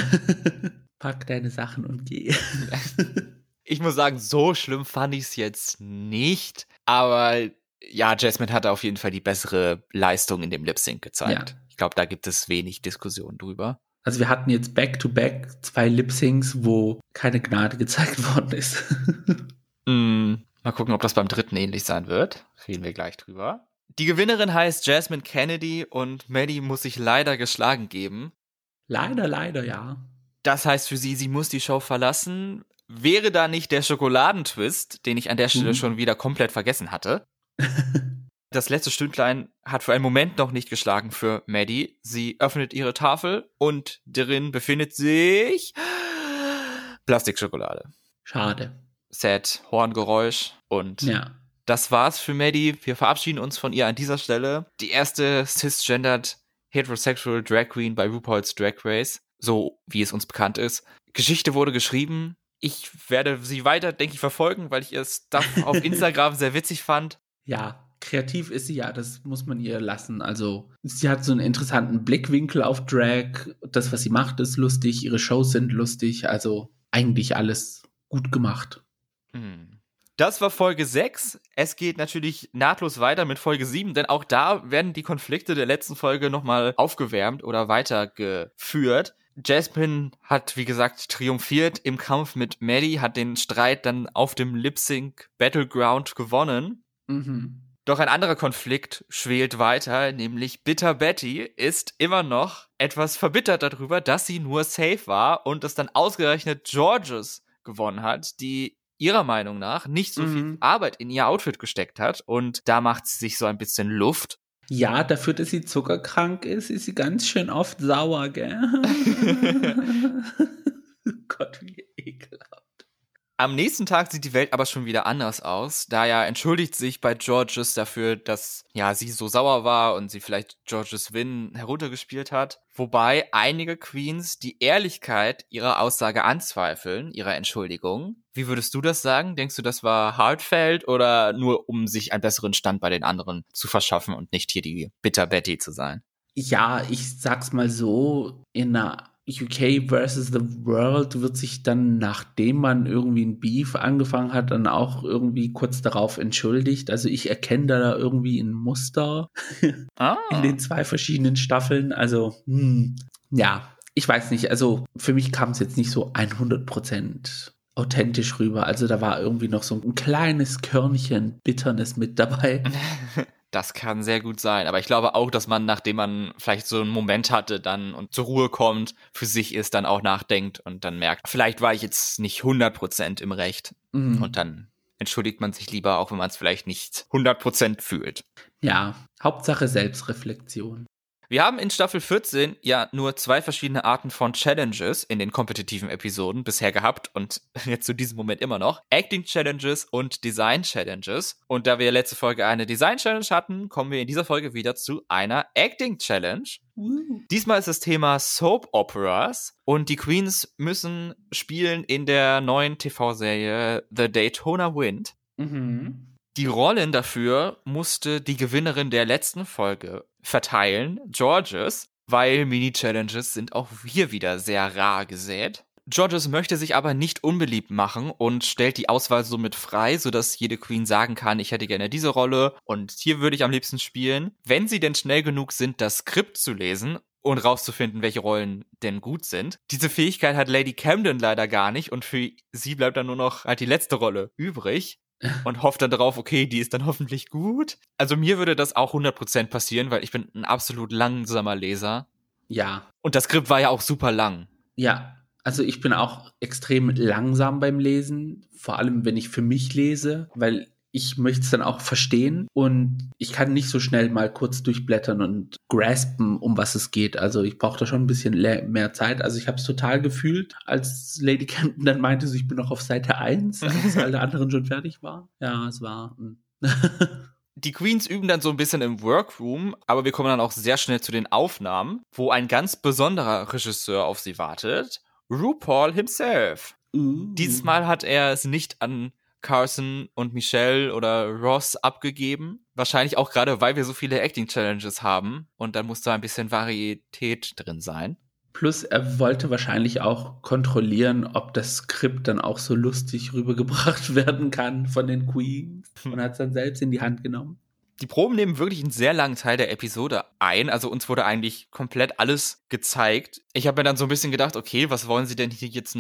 Pack deine Sachen und geh. Ich muss sagen, so schlimm fand ich es jetzt nicht, aber ja, Jasmine hatte auf jeden Fall die bessere Leistung in dem Lip-Sync gezeigt. Ja. Ich glaube, da gibt es wenig Diskussion drüber. Also wir hatten jetzt back-to-back zwei Lip-Syncs, wo keine Gnade gezeigt worden ist. mm, mal gucken, ob das beim dritten ähnlich sein wird. Reden wir gleich drüber. Die Gewinnerin heißt Jasmine Kennedy und Maddie muss sich leider geschlagen geben. Leider, leider, ja. Das heißt für sie, sie muss die Show verlassen. Wäre da nicht der Schokoladentwist, den ich an der Stelle mhm. schon wieder komplett vergessen hatte. Das letzte Stündlein hat für einen Moment noch nicht geschlagen für Maddie. Sie öffnet ihre Tafel und darin befindet sich Plastikschokolade. Schade. Sad, Horngeräusch und ja. Das war's für Maddie. Wir verabschieden uns von ihr an dieser Stelle. Die erste cisgendered heterosexual Drag Queen bei RuPaul's Drag Race, so wie es uns bekannt ist. Geschichte wurde geschrieben. Ich werde sie weiter, denke ich, verfolgen, weil ich ihr Stuff auf Instagram sehr witzig fand. Ja, kreativ ist sie ja, das muss man ihr lassen. Also sie hat so einen interessanten Blickwinkel auf Drag. Das, was sie macht, ist lustig. Ihre Shows sind lustig. Also eigentlich alles gut gemacht. Hm. Das war Folge sechs. Es geht natürlich nahtlos weiter mit Folge sieben, denn auch da werden die Konflikte der letzten Folge nochmal aufgewärmt oder weitergeführt. Jasmine hat, wie gesagt, triumphiert im Kampf mit Maddie, hat den Streit dann auf dem Lip-Sync Battleground gewonnen. Mhm. Doch ein anderer Konflikt schwelt weiter, nämlich Bitter Betty ist immer noch etwas verbittert darüber, dass sie nur safe war und es dann ausgerechnet Georges gewonnen hat, die ihrer Meinung nach nicht so mhm. viel Arbeit in ihr Outfit gesteckt hat und da macht sie sich so ein bisschen Luft. Ja, dafür, dass sie zuckerkrank ist, ist sie ganz schön oft sauer, gell? Gott, wie ekelhaft. Am nächsten Tag sieht die Welt aber schon wieder anders aus. Daya entschuldigt sich bei Georges dafür, dass ja sie so sauer war und sie vielleicht Georges Win heruntergespielt hat. Wobei einige Queens die Ehrlichkeit ihrer Aussage anzweifeln, ihrer Entschuldigung. Wie würdest du das sagen? Denkst du, das war heartfelt oder nur um sich einen besseren Stand bei den anderen zu verschaffen und nicht hier die Bitter Betty zu sein? Ja, ich sag's mal so, in einer U K versus the World wird sich dann, nachdem man irgendwie ein Beef angefangen hat, dann auch irgendwie kurz darauf entschuldigt. Also ich erkenne da irgendwie ein Muster ah. in den zwei verschiedenen Staffeln. Also, hm, ja, ich weiß nicht. Also für mich kam es jetzt nicht so hundert Prozent authentisch rüber. Also da war irgendwie noch so ein kleines Körnchen Bitternis mit dabei. Das kann sehr gut sein, aber ich glaube auch, dass man, nachdem man vielleicht so einen Moment hatte dann und zur Ruhe kommt, für sich ist, dann auch nachdenkt und dann merkt, vielleicht war ich jetzt nicht hundert Prozent im Recht mhm. und dann entschuldigt man sich lieber, auch wenn man es vielleicht nicht hundert Prozent fühlt. Ja, Hauptsache Selbstreflexion. Wir haben in Staffel vierzehn ja nur zwei verschiedene Arten von Challenges in den kompetitiven Episoden bisher gehabt und jetzt zu diesem Moment immer noch. Acting Challenges und Design Challenges. Und da wir letzte Folge eine Design Challenge hatten, kommen wir in dieser Folge wieder zu einer Acting Challenge. Uh. Diesmal ist das Thema Soap Operas und die Queens müssen spielen in der neuen T V-Serie The Daytona Wind. Mhm. Die Rollen dafür musste die Gewinnerin der letzten Folge verteilen, Georges, weil Mini-Challenges sind auch hier wieder sehr rar gesät. Georges möchte sich aber nicht unbeliebt machen und stellt die Auswahl somit frei, sodass jede Queen sagen kann, ich hätte gerne diese Rolle und hier würde ich am liebsten spielen. Wenn sie denn schnell genug sind, das Skript zu lesen und rauszufinden, welche Rollen denn gut sind. Diese Fähigkeit hat Lady Camden leider gar nicht und für sie bleibt dann nur noch halt die letzte Rolle übrig. Und hofft dann darauf, okay, die ist dann hoffentlich gut. Also mir würde das auch hundert Prozent passieren, weil ich bin ein absolut langsamer Leser. Ja. Und das Skript war ja auch super lang. Ja, also ich bin auch extrem langsam beim Lesen, vor allem wenn ich für mich lese, weil ich möchte es dann auch verstehen und ich kann nicht so schnell mal kurz durchblättern und graspen, um was es geht. Also ich brauche da schon ein bisschen le- mehr Zeit. Also ich habe es total gefühlt, als Lady Camden dann meinte, so, ich bin noch auf Seite eins, als alle anderen schon fertig waren. Ja, es war... Die Queens üben dann so ein bisschen im Workroom, aber wir kommen dann auch sehr schnell zu den Aufnahmen, wo ein ganz besonderer Regisseur auf sie wartet. RuPaul himself. Uh. Dieses Mal hat er es nicht an Carson und Michelle oder Ross abgegeben. Wahrscheinlich auch gerade, weil wir so viele Acting-Challenges haben und dann muss da ein bisschen Varietät drin sein. Plus er wollte wahrscheinlich auch kontrollieren, ob das Skript dann auch so lustig rübergebracht werden kann von den Queens und hat es dann selbst in die Hand genommen. Die Proben nehmen wirklich einen sehr langen Teil der Episode ein. Also uns wurde eigentlich komplett alles gezeigt. Ich habe mir dann so ein bisschen gedacht, okay, was wollen sie denn hier jetzt noch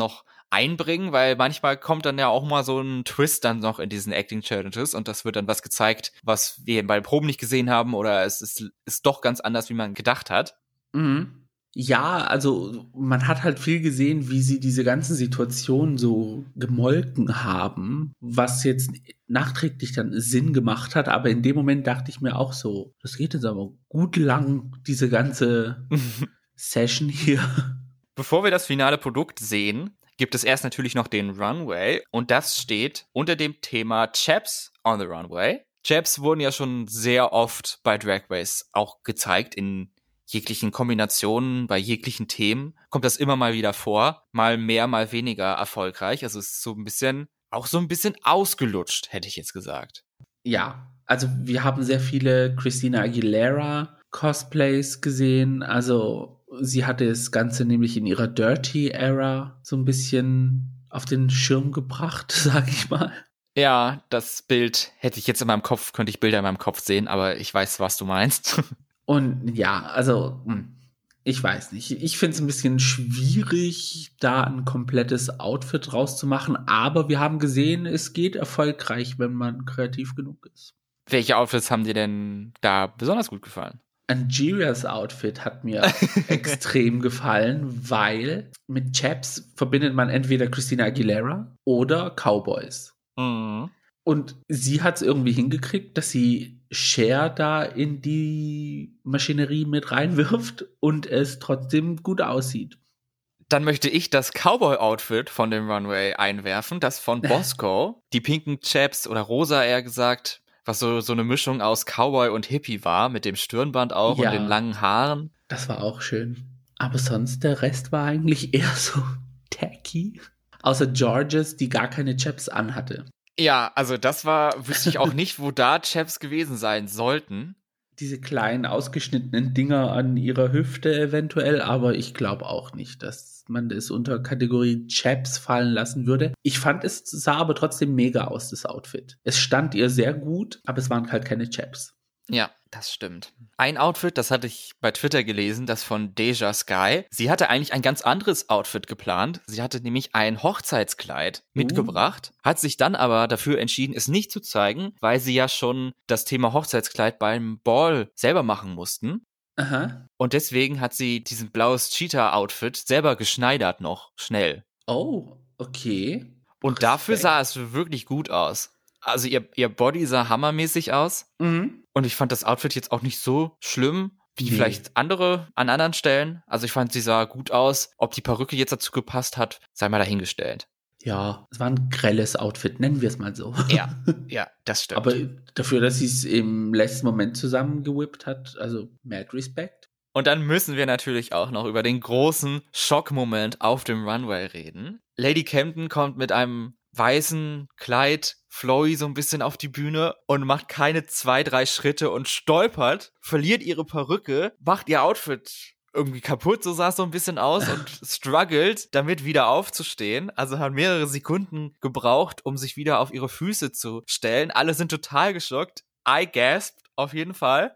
einbringen, weil manchmal kommt dann ja auch mal so ein Twist dann noch in diesen Acting-Challenges und das wird dann was gezeigt, was wir bei Proben nicht gesehen haben oder es ist, ist doch ganz anders, wie man gedacht hat. Mhm. Ja, also man hat halt viel gesehen, wie sie diese ganzen Situationen so gemolken haben, was jetzt nachträglich dann Sinn gemacht hat, aber in dem Moment dachte ich mir auch so, das geht jetzt aber gut lang, diese ganze Session hier. Bevor wir das finale Produkt sehen, gibt es erst natürlich noch den Runway und das steht unter dem Thema Chaps on the Runway. Chaps wurden ja schon sehr oft bei Drag Race auch gezeigt in jeglichen Kombinationen, bei jeglichen Themen kommt das immer mal wieder vor, mal mehr, mal weniger erfolgreich. Also es ist so ein bisschen, auch so ein bisschen ausgelutscht, hätte ich jetzt gesagt. Ja, also wir haben sehr viele Christina Aguilera Cosplays gesehen. Also sie hatte das Ganze nämlich in ihrer Dirty-Era so ein bisschen auf den Schirm gebracht, sag ich mal. Ja, das Bild hätte ich jetzt in meinem Kopf, könnte ich Bilder in meinem Kopf sehen, aber ich weiß, was du meinst. Und ja, also, ich weiß nicht. Ich finde es ein bisschen schwierig, da ein komplettes Outfit rauszumachen, aber wir haben gesehen, es geht erfolgreich, wenn man kreativ genug ist. Welche Outfits haben dir denn da besonders gut gefallen? Angerias Outfit hat mir extrem gefallen, weil mit Chaps verbindet man entweder Christina Aguilera oder Cowboys. Mhm. Und sie hat es irgendwie hingekriegt, dass sie Cher da in die Maschinerie mit reinwirft und es trotzdem gut aussieht. Dann möchte ich das Cowboy-Outfit von dem Runway einwerfen, das von Bosco. Die pinken Chaps oder rosa eher gesagt, was so, so eine Mischung aus Cowboy und Hippie war, mit dem Stirnband auch Ja, und den langen Haaren. Das war auch schön. Aber sonst, der Rest war eigentlich eher so tacky. Außer Georges, die gar keine Chaps anhatte. Ja, also das war, wüsste ich auch nicht, wo da Chaps gewesen sein sollten. Diese kleinen ausgeschnittenen Dinger an ihrer Hüfte eventuell, aber ich glaube auch nicht, dass man das unter Kategorie Chaps fallen lassen würde. Ich fand, es sah aber trotzdem mega aus, das Outfit. Es stand ihr sehr gut, aber es waren halt keine Chaps. Ja, das stimmt. Ein Outfit, das hatte ich bei Twitter gelesen, das von Deja Sky. Sie hatte eigentlich ein ganz anderes Outfit geplant. Sie hatte nämlich ein Hochzeitskleid mitgebracht, uh. hat sich dann aber dafür entschieden, es nicht zu zeigen, weil sie ja schon das Thema Hochzeitskleid beim Ball selber machen mussten. Aha. Und deswegen hat sie diesen blaues Cheetah-Outfit selber geschneidert noch, schnell. Oh, okay. Und Respekt. Dafür sah es wirklich gut aus. Also ihr, ihr Body sah hammermäßig aus. Mhm. Und ich fand das Outfit jetzt auch nicht so schlimm, wie nee. vielleicht andere an anderen Stellen. Also ich fand, sie sah gut aus. Ob die Perücke jetzt dazu gepasst hat, sei mal dahingestellt. Ja, es war ein grelles Outfit, nennen wir es mal so. Ja, ja, das stimmt. Aber dafür, dass sie es im letzten Moment zusammengewippt hat, also mad Respect. Und dann müssen wir natürlich auch noch über den großen Schockmoment auf dem Runway reden. Lady Camden kommt mit einem weißen Kleid, flowy so ein bisschen auf die Bühne und macht keine zwei, drei Schritte und stolpert, verliert ihre Perücke, macht ihr Outfit irgendwie kaputt, so sah es so ein bisschen aus und struggelt, damit wieder aufzustehen. Also hat mehrere Sekunden gebraucht, um sich wieder auf ihre Füße zu stellen. Alle sind total geschockt. I gasped auf jeden Fall.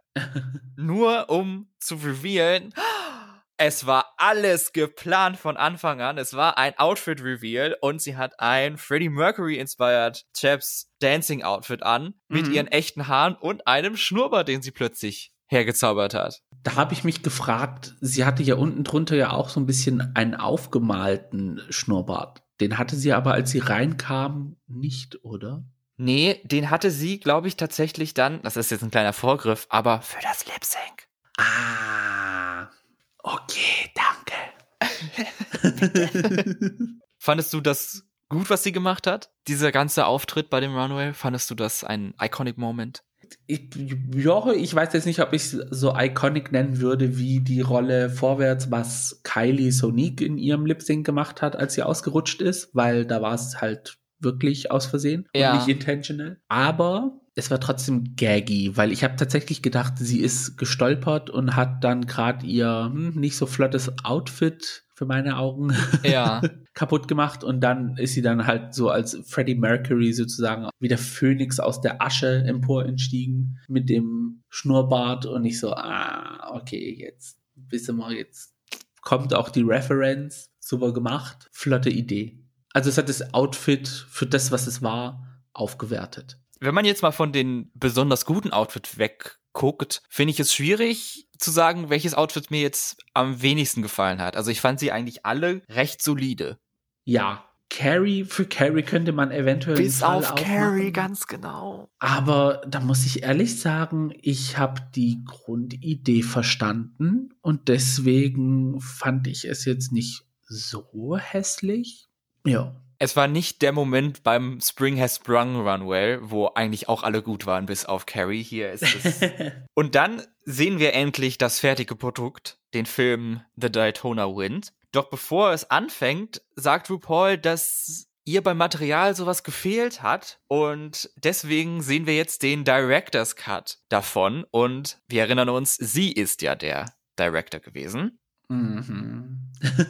Nur um zu revealen, es war alles geplant von Anfang an. Es war ein Outfit-Reveal und sie hat ein Freddie Mercury-inspired Chaps Dancing-Outfit an, mhm. mit ihren echten Haaren und einem Schnurrbart, den sie plötzlich hergezaubert hat. Da habe ich mich gefragt, sie hatte ja unten drunter ja auch so ein bisschen einen aufgemalten Schnurrbart. Den hatte sie aber, als sie reinkam, nicht, oder? Nee, den hatte sie, glaube ich, tatsächlich dann, das ist jetzt ein kleiner Vorgriff, aber für das Lip-Sync. Ah, okay, danke. Fandest du das gut, was sie gemacht hat? Dieser ganze Auftritt bei dem Runway, fandest du das ein iconic Moment? Ich, ja, ich weiß jetzt nicht, ob ich es so iconic nennen würde, wie die Rolle vorwärts, was Kylie Sonique in ihrem Lip-Sync gemacht hat, als sie ausgerutscht ist, weil da war es halt wirklich aus Versehen ja. und nicht intentional. Aber es war trotzdem gaggy, weil ich habe tatsächlich gedacht, sie ist gestolpert und hat dann gerade ihr hm, nicht so flottes Outfit für meine Augen ja. kaputt gemacht und dann ist sie dann halt so als Freddie Mercury sozusagen wie der Phönix aus der Asche empor entstiegen mit dem Schnurrbart und ich so, ah, okay, jetzt wissen wir, jetzt kommt auch die Reference, super gemacht, flotte Idee. Also es hat das Outfit für das, was es war, aufgewertet. Wenn man jetzt mal von den besonders guten Outfits wegguckt, finde ich es schwierig zu sagen, welches Outfit mir jetzt am wenigsten gefallen hat. Also ich fand sie eigentlich alle recht solide. Ja, Carrie, für Carrie könnte man eventuell Bis einen Fall auf Carrie, aufmachen. ganz genau. Aber da muss ich ehrlich sagen, ich habe die Grundidee verstanden und deswegen fand ich es jetzt nicht so hässlich. Ja. Es war nicht der Moment beim Spring Has Sprung Runway, wo eigentlich auch alle gut waren, bis auf Carrie. Hier ist es. Und dann sehen wir endlich das fertige Produkt, den Film The Daytona Wind. Doch bevor es anfängt, sagt RuPaul, dass ihr beim Material sowas gefehlt hat. Und deswegen sehen wir jetzt den Director's Cut davon. Und wir erinnern uns, sie ist ja der Director gewesen. Mhm.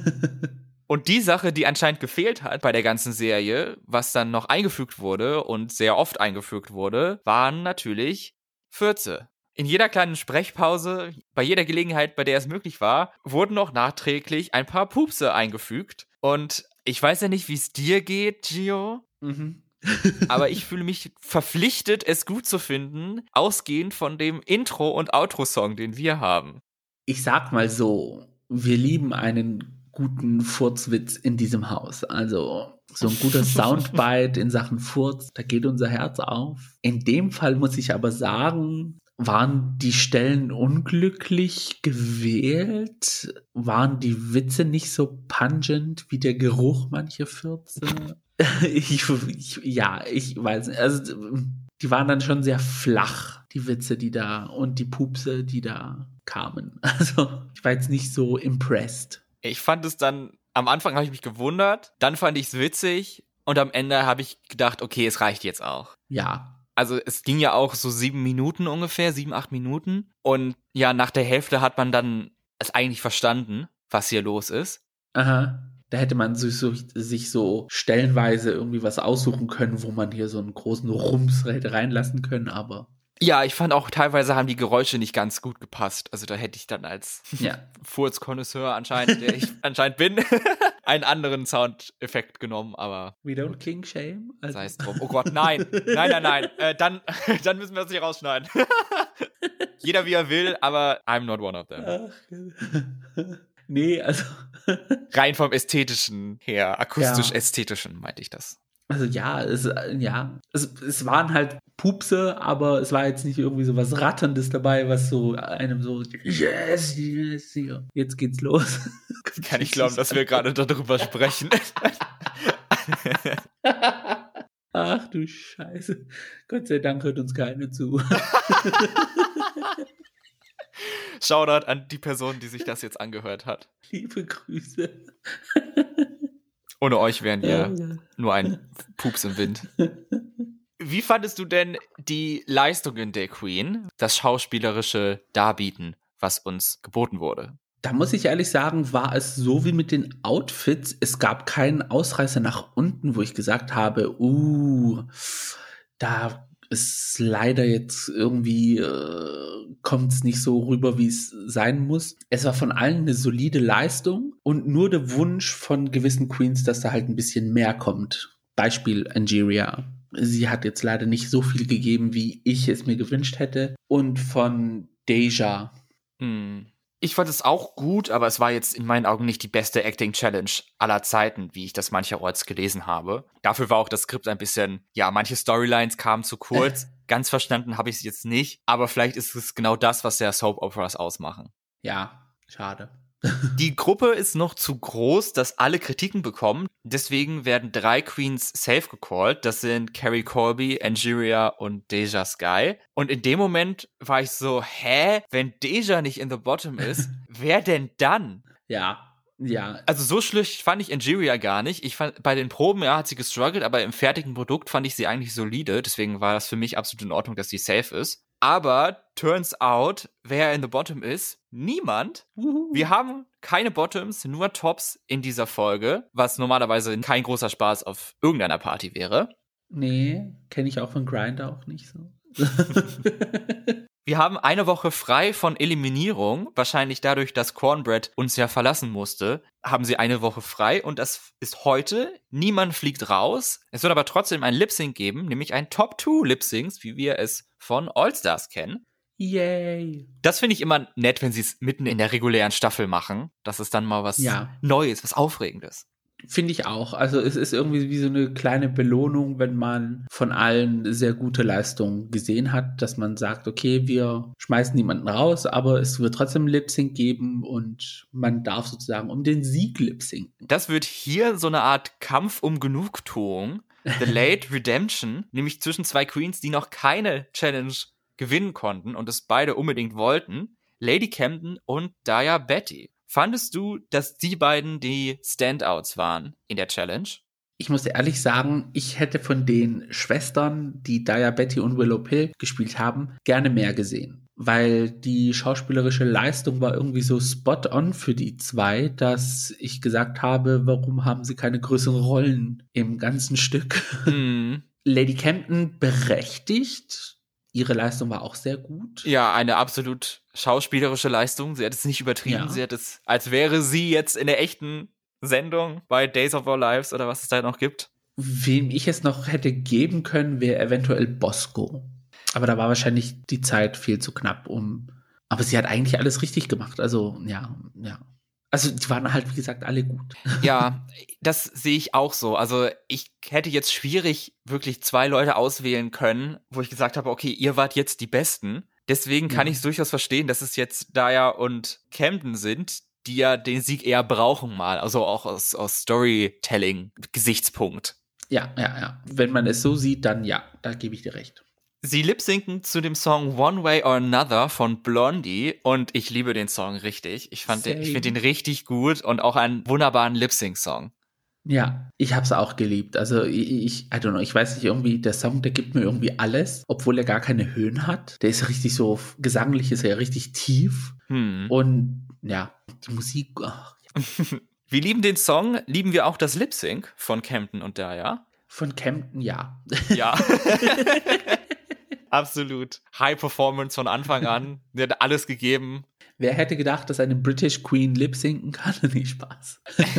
Und die Sache, die anscheinend gefehlt hat bei der ganzen Serie, was dann noch eingefügt wurde und sehr oft eingefügt wurde, waren natürlich Fürze. In jeder kleinen Sprechpause, bei jeder Gelegenheit, bei der es möglich war, wurden noch nachträglich ein paar Pupse eingefügt. Und ich weiß ja nicht, wie es dir geht, Gio, Mhm. aber ich fühle mich verpflichtet, es gut zu finden, ausgehend von dem Intro- und Outro-Song, den wir haben. Ich sag mal so, wir lieben einen guten Furzwitz in diesem Haus. Also so ein guter Soundbite in Sachen Furz, da geht unser Herz auf. In dem Fall muss ich aber sagen, waren die Stellen unglücklich gewählt? Waren die Witze nicht so pungent wie der Geruch mancher Fürze? ich, ich, ja, ich weiß nicht. Also die waren dann schon sehr flach, die Witze, die da und die Pupse, die da kamen. Also ich war jetzt nicht so impressed. Ich fand es dann, am Anfang habe ich mich gewundert, dann fand ich es witzig und am Ende habe ich gedacht, okay, es reicht jetzt auch. Ja. Also es ging ja auch so sieben Minuten ungefähr, sieben, acht Minuten. Und ja, nach der Hälfte hat man dann es eigentlich verstanden, was hier los ist. Aha. Da hätte man sich so, sich so stellenweise irgendwie was aussuchen können, wo man hier so einen großen Rums hätte reinlassen können, aber... Ja, ich fand auch, teilweise haben die Geräusche nicht ganz gut gepasst. Also da hätte ich dann als ja. Furz-Konnoisseur anscheinend, der ich anscheinend bin, einen anderen Soundeffekt genommen, aber... We don't king shame. Also. Sei es drum. Oh Gott, nein. Nein, nein, nein. Äh, dann, dann müssen wir das hier rausschneiden. Jeder wie er will, aber I'm not one of them. Ach. Nee, also... Rein vom Ästhetischen her, akustisch-ästhetischen meinte ich das. Also ja, es, ja. Es, es waren halt Pupse, aber es war jetzt nicht irgendwie so was Ratterndes dabei, was so einem so, yes, yes, jetzt geht's los. Kann ich glauben, dass wir gerade darüber sprechen. Ach du Scheiße. Gott sei Dank hört uns keiner zu. Shoutout an die Person, die sich das jetzt angehört hat. Liebe Grüße. Ohne euch wären wir nur ein Pups im Wind. Wie fandest du denn die Leistungen der Queen, das schauspielerische Darbieten, was uns geboten wurde? Da muss ich ehrlich sagen, war es so wie mit den Outfits. Es gab keinen Ausreißer nach unten, wo ich gesagt habe, uh, da ist leider jetzt irgendwie, äh, kommt es nicht so rüber, wie es sein muss. Es war von allen eine solide Leistung und nur der Wunsch von gewissen Queens, dass da halt ein bisschen mehr kommt. Beispiel Angeria. Sie hat jetzt leider nicht so viel gegeben, wie ich es mir gewünscht hätte. Und von Deja. Hm. Ich fand es auch gut, aber es war jetzt in meinen Augen nicht die beste Acting-Challenge aller Zeiten, wie ich das mancherorts gelesen habe. Dafür war auch das Skript ein bisschen, ja, manche Storylines kamen zu kurz. Ganz verstanden habe ich es jetzt nicht, aber vielleicht ist es genau das, was ja Soap-Operas ausmachen. Ja, schade. Die Gruppe ist noch zu groß, dass alle Kritiken bekommen. Deswegen werden drei Queens safe gecallt. Das sind Carrie Colby, Angeria und Deja Skye. Und in dem Moment war ich so, hä? Wenn Deja nicht in the bottom ist, wer denn dann? Ja, ja. Also so schlecht fand ich Angeria gar nicht. Ich fand, bei den Proben, ja, hat sie gestruggelt, aber im fertigen Produkt fand ich sie eigentlich solide. Deswegen war das für mich absolut in Ordnung, dass sie safe ist. Aber turns out, wer in the bottom ist, niemand. Uhu. Wir haben keine Bottoms, nur Tops in dieser Folge, was normalerweise kein großer Spaß auf irgendeiner Party wäre. Nee, kenne ich auch von Grindr auch nicht so. Wir haben eine Woche frei von Eliminierung, wahrscheinlich dadurch, dass Cornbread uns ja verlassen musste, haben sie eine Woche frei und das ist heute. Niemand fliegt raus. Es wird aber trotzdem ein Lip-Sync geben, nämlich ein Top zwei Lip-Syncs, wie wir es von All-Stars kennen. Yay. Das finde ich immer nett, wenn sie es mitten in der regulären Staffel machen. Das ist dann mal was Ja. Neues, was Aufregendes. Finde ich auch. Also es ist irgendwie wie so eine kleine Belohnung, wenn man von allen sehr gute Leistungen gesehen hat, dass man sagt, okay, wir schmeißen niemanden raus, aber es wird trotzdem Lip-Sync geben und man darf sozusagen um den Sieg Lip-Synken. Das wird hier so eine Art Kampf um Genugtuung, The Late Redemption, nämlich zwischen zwei Queens, die noch keine Challenge gewinnen konnten und es beide unbedingt wollten, Lady Camden und Daya Betty. Fandest du, dass die beiden die Standouts waren in der Challenge? Ich muss ehrlich sagen, ich hätte von den Schwestern, die Daya Betty und Willow Pill gespielt haben, gerne mehr gesehen. Weil die schauspielerische Leistung war irgendwie so spot on für die zwei, dass ich gesagt habe, warum haben sie keine größeren Rollen im ganzen Stück? Mm. Lady Camden berechtigt. Ihre Leistung war auch sehr gut. Ja, eine absolut schauspielerische Leistung. Sie hat es nicht übertrieben. Ja. Sie hat es, als wäre sie jetzt in der echten Sendung bei Days of Our Lives oder was es da noch gibt. Wem ich es noch hätte geben können, wäre eventuell Bosco. Aber da war wahrscheinlich die Zeit viel zu knapp, um. Aber sie hat eigentlich alles richtig gemacht. Also, ja, ja. Also, die waren halt, wie gesagt, alle gut. Ja, das sehe ich auch so. Also, ich hätte jetzt schwierig wirklich zwei Leute auswählen können, wo ich gesagt habe, okay, ihr wart jetzt die Besten. Deswegen kann ja. ich es durchaus verstehen, dass es jetzt Daya und Camden sind, die ja den Sieg eher brauchen mal. Also auch aus, aus Storytelling-Gesichtspunkt. Ja, ja, ja. Wenn man es so sieht, dann ja, da gebe ich dir recht. Sie lip-synken zu dem Song One Way or Another von Blondie und ich liebe den Song richtig. Ich fand den, ich finde den richtig gut und auch einen wunderbaren Lip-Sync-Song. Ja, ich hab's auch geliebt. Also ich, ich, I don't know, ich weiß nicht, irgendwie, der Song, der gibt mir irgendwie alles, obwohl er gar keine Höhen hat. Der ist richtig so, gesanglich ist er richtig tief. Hm. Und ja, die Musik, ach, ja. Wir lieben den Song, lieben wir auch das Lip-Sync von Camden und Daya? Von Camden, ja. Ja. Absolut. High Performance von Anfang an. Sie hat alles gegeben. Wer hätte gedacht, dass eine British Queen lip-synken kann? Nee, Spaß.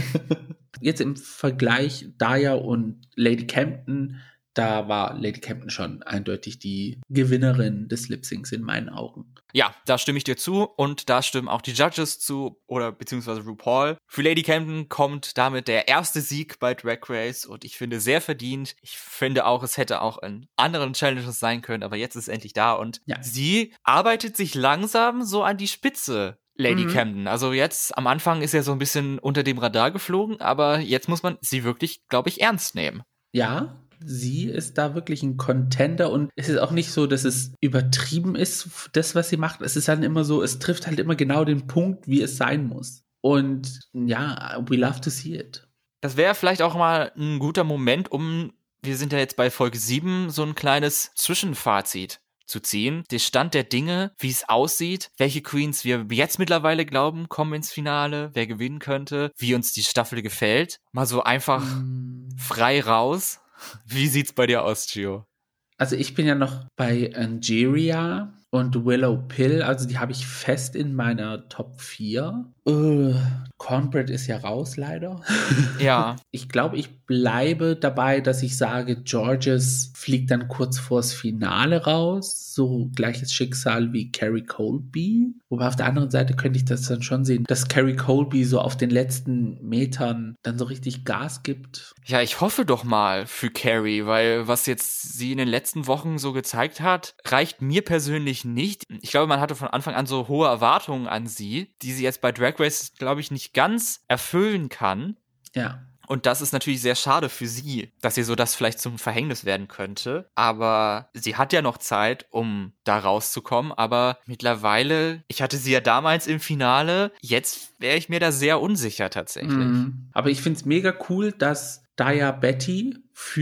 Jetzt im Vergleich Daya und Lady Camden, da war Lady Camden schon eindeutig die Gewinnerin des Lip-Syncs in meinen Augen. Ja, da stimme ich dir zu und da stimmen auch die Judges zu oder beziehungsweise RuPaul. Für Lady Camden kommt damit der erste Sieg bei Drag Race und ich finde sehr verdient. Ich finde auch, es hätte auch in anderen Challenges sein können, aber jetzt ist es endlich da und ja. Sie arbeitet sich langsam so an die Spitze. Lady mhm. Camden. Also jetzt am Anfang ist er so ein bisschen unter dem Radar geflogen, aber jetzt muss man sie wirklich, glaube ich, ernst nehmen. Ja, sie ist da wirklich ein Contender und es ist auch nicht so, dass es übertrieben ist, das, was sie macht. Es ist dann immer so, es trifft halt immer genau den Punkt, wie es sein muss. Und ja, we love to see it. Das wäre vielleicht auch mal ein guter Moment, um, wir sind ja jetzt bei Folge sieben, so ein kleines Zwischenfazit zu ziehen. Der Stand der Dinge, wie es aussieht, welche Queens wir jetzt mittlerweile glauben, kommen ins Finale, wer gewinnen könnte, wie uns die Staffel gefällt. Mal so einfach mm. frei raus. Wie sieht's bei dir aus, Gio? Also ich bin ja noch bei Angeria und Willow Pill, also die habe ich fest in meiner Top vier. Uh, Cornbread ist ja raus, leider. Ja. Ich glaube, ich bleibe dabei, dass ich sage, Georges fliegt dann kurz vors Finale raus. So gleiches Schicksal wie Carrie Colby. Wobei auf der anderen Seite könnte ich das dann schon sehen, dass Carrie Colby so auf den letzten Metern dann so richtig Gas gibt. Ja, ich hoffe doch mal für Carrie, weil was jetzt sie in den letzten Wochen so gezeigt hat, reicht mir persönlich nicht. Ich glaube, man hatte von Anfang an so hohe Erwartungen an sie, die sie jetzt bei Drag Race, glaube ich, nicht ganz erfüllen kann. Ja. Und das ist natürlich sehr schade für sie, dass ihr so das vielleicht zum Verhängnis werden könnte. Aber sie hat ja noch Zeit, um da rauszukommen. Aber mittlerweile, ich hatte sie ja damals im Finale, jetzt wäre ich mir da sehr unsicher tatsächlich. Mhm. Aber ich finde es mega cool, dass Daya Betty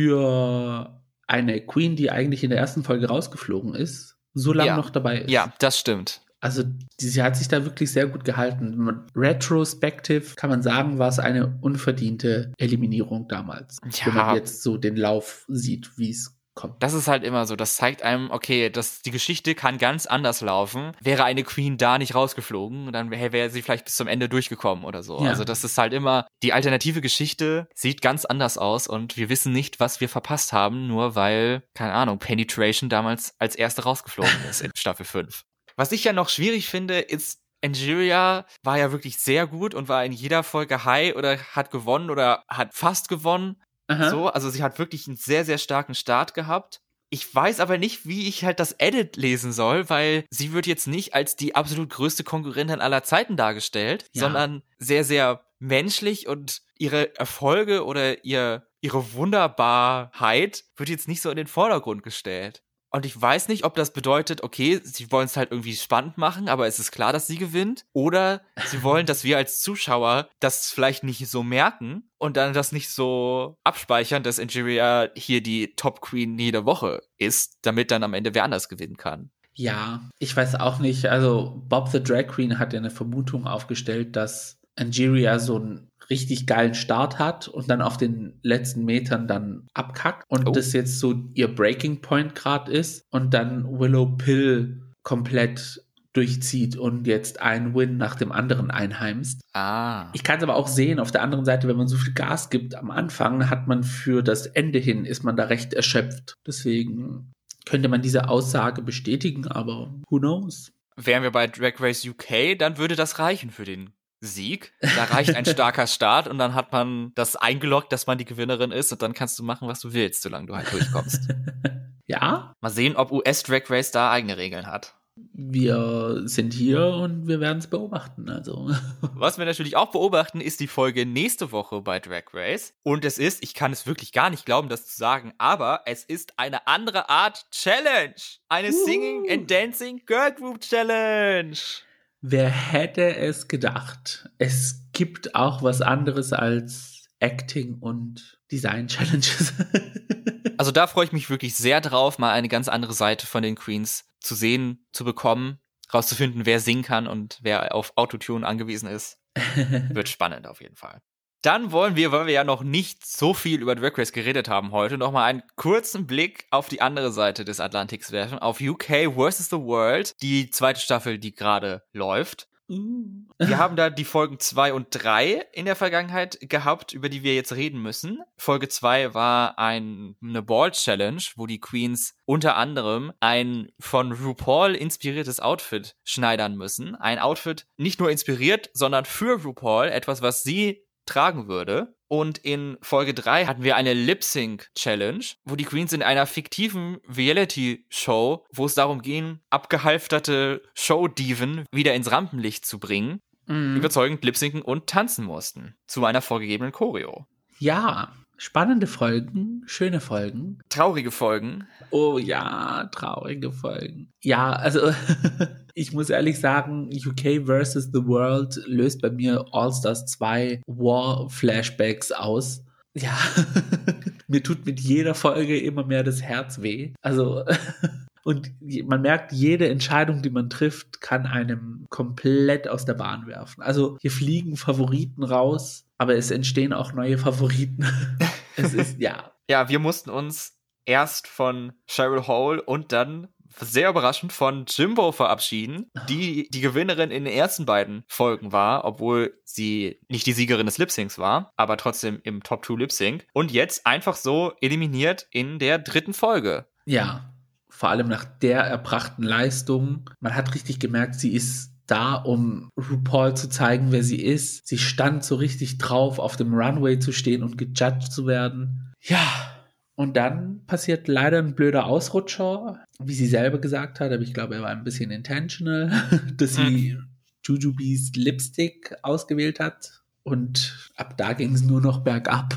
für eine Queen, die eigentlich in der ersten Folge rausgeflogen ist, so lange ja. noch dabei ist. Ja, das stimmt. Also sie hat sich da wirklich sehr gut gehalten. Retrospective kann man sagen, war es eine unverdiente Eliminierung damals. Ja. Wenn man jetzt so den Lauf sieht, wie es kommt. Das ist halt immer so, das zeigt einem, okay, das, die Geschichte kann ganz anders laufen. Wäre eine Queen da nicht rausgeflogen, dann wäre wär sie vielleicht bis zum Ende durchgekommen oder so. Ja. Also das ist halt immer, die alternative Geschichte sieht ganz anders aus und wir wissen nicht, was wir verpasst haben, nur weil, keine Ahnung, Penetration damals als erste rausgeflogen ist in Staffel fünf. Was ich ja noch schwierig finde, ist, Angeria war ja wirklich sehr gut und war in jeder Folge high oder hat gewonnen oder hat fast gewonnen. Aha. So, also sie hat wirklich einen sehr, sehr starken Start gehabt. Ich weiß aber nicht, wie ich halt das Edit lesen soll, weil sie wird jetzt nicht als die absolut größte Konkurrentin aller Zeiten dargestellt, Ja. sondern sehr, sehr menschlich und ihre Erfolge oder ihr, ihre Wunderbarkeit wird jetzt nicht so in den Vordergrund gestellt. Und ich weiß nicht, ob das bedeutet, okay, sie wollen es halt irgendwie spannend machen, aber es ist klar, dass sie gewinnt. Oder sie wollen, dass wir als Zuschauer das vielleicht nicht so merken und dann das nicht so abspeichern, dass Angeria hier die Top Queen jede Woche ist, damit dann am Ende wer anders gewinnen kann. Ja, ich weiß auch nicht. Also Bob the Drag Queen hat ja eine Vermutung aufgestellt, dass Angeria so einen richtig geilen Start hat und dann auf den letzten Metern dann abkackt und Oh. das jetzt so ihr Breaking Point gerade ist und dann Willow Pill komplett durchzieht und jetzt einen Win nach dem anderen einheimst. Ah. Ich kann es aber auch sehen, auf der anderen Seite, wenn man so viel Gas gibt am Anfang, hat man für das Ende hin, ist man da recht erschöpft. Deswegen könnte man diese Aussage bestätigen, aber who knows? Wären wir bei Drag Race U K, dann würde das reichen für den Sieg. Da reicht ein starker Start und dann hat man das eingeloggt, dass man die Gewinnerin ist und dann kannst du machen, was du willst, solange du halt durchkommst. Ja, Mal sehen, ob U S Drag Race da eigene Regeln hat. wir sind hier und wir werden es beobachten. Also. Was wir natürlich auch beobachten, ist die Folge nächste Woche bei Drag Race. Und es ist, ich kann es wirklich gar nicht glauben, das zu sagen, aber es ist eine andere Art Challenge. Eine Uh. Singing and Dancing Girl Group Challenge. Wer hätte es gedacht? Es gibt auch was anderes als Acting und Design Challenges. Also da freue ich mich wirklich sehr drauf, mal eine ganz andere Seite von den Queens zu sehen, zu bekommen, rauszufinden, wer singen kann und wer auf Autotune angewiesen ist. Wird spannend auf jeden Fall. Dann wollen wir, weil wir ja noch nicht so viel über Drag Race geredet haben heute, nochmal einen kurzen Blick auf die andere Seite des Atlantiks werfen, auf U K versus the World, die zweite Staffel, die gerade läuft. Uh. Wir haben da die Folgen zwei und drei in der Vergangenheit gehabt, über die wir jetzt reden müssen. Folge zwei war ein, eine Ball-Challenge, wo die Queens unter anderem ein von RuPaul inspiriertes Outfit schneidern müssen. Ein Outfit nicht nur inspiriert, sondern für RuPaul, etwas, was sie tragen würde. Und in Folge drei hatten wir eine Lip-Sync-Challenge, wo die Queens in einer fiktiven Reality-Show, wo es darum ging, abgehalfterte Show-Diven wieder ins Rampenlicht zu bringen, Mhm. überzeugend lip-synken und tanzen mussten. Zu einer vorgegebenen Choreo. Ja, spannende Folgen, schöne Folgen. Traurige Folgen. Oh ja, traurige Folgen. Ja, also ich muss ehrlich sagen, U K versus the World löst bei mir All-Stars zwei War-Flashbacks aus. Ja, mir tut mit jeder Folge immer mehr das Herz weh. Also, und man merkt, jede Entscheidung, die man trifft, kann einem komplett aus der Bahn werfen. Also hier fliegen Favoriten raus, aber es entstehen auch neue Favoriten. Es ist, ja. Ja, wir mussten uns erst von Cheryl Hole und dann sehr überraschend von Jimbo verabschieden, die die Gewinnerin in den ersten beiden Folgen war, obwohl sie nicht die Siegerin des Lip-Syncs war, aber trotzdem im Top zwei Lip-Sync und jetzt einfach so eliminiert in der dritten Folge. Ja, vor allem nach der erbrachten Leistung. Man hat richtig gemerkt, sie ist da, um RuPaul zu zeigen, wer sie ist. Sie stand so richtig drauf, auf dem Runway zu stehen und gejudged zu werden. Ja, und dann passiert leider ein blöder Ausrutscher, wie sie selber gesagt hat, aber ich glaube, er war ein bisschen intentional, dass sie Jujubes Lipstick ausgewählt hat und ab da ging es nur noch bergab.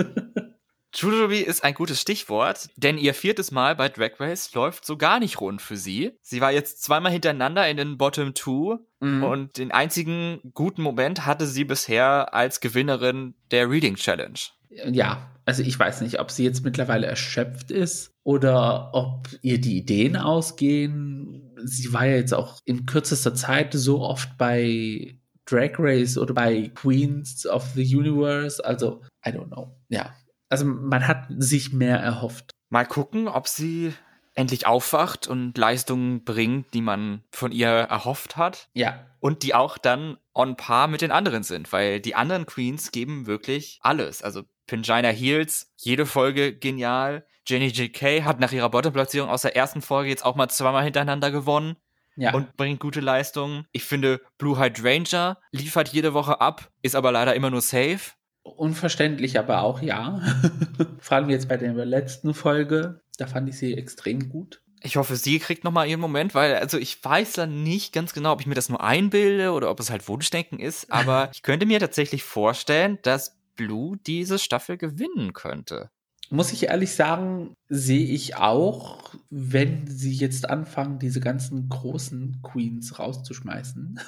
Jujubee ist ein gutes Stichwort, denn ihr viertes Mal bei Drag Race läuft so gar nicht rund für sie. Sie war jetzt zweimal hintereinander in den Bottom Two mhm. und den einzigen guten Moment hatte sie bisher als Gewinnerin der Reading Challenge. Ja, also ich weiß nicht, ob sie jetzt mittlerweile erschöpft ist oder ob ihr die Ideen ausgehen. Sie war ja jetzt auch in kürzester Zeit so oft bei Drag Race oder bei Queens of the Universe, also I don't know, ja. Also man hat sich mehr erhofft. mal gucken, ob sie endlich aufwacht und Leistungen bringt, die man von ihr erhofft hat. Ja. Und die auch dann on par mit den anderen sind, weil die anderen Queens geben wirklich alles. Also Pangina Heals, jede Folge genial. Jenny J K hat nach ihrer Bottom-Platzierung aus der ersten Folge jetzt auch mal zweimal hintereinander gewonnen. Ja. Und bringt gute Leistungen. Ich finde, Blue Hydrangea liefert jede Woche ab, ist aber leider immer nur safe. Unverständlich aber auch, ja. Vor allem jetzt bei der letzten Folge, da fand ich sie extrem gut. Ich hoffe, sie kriegt nochmal ihren Moment, weil, also ich weiß dann nicht ganz genau, ob ich mir das nur einbilde oder ob es halt Wunschdenken ist, aber ich könnte mir tatsächlich vorstellen, dass Blue diese Staffel gewinnen könnte. Muss ich ehrlich sagen, sehe ich auch, wenn sie jetzt anfangen, diese ganzen großen Queens rauszuschmeißen,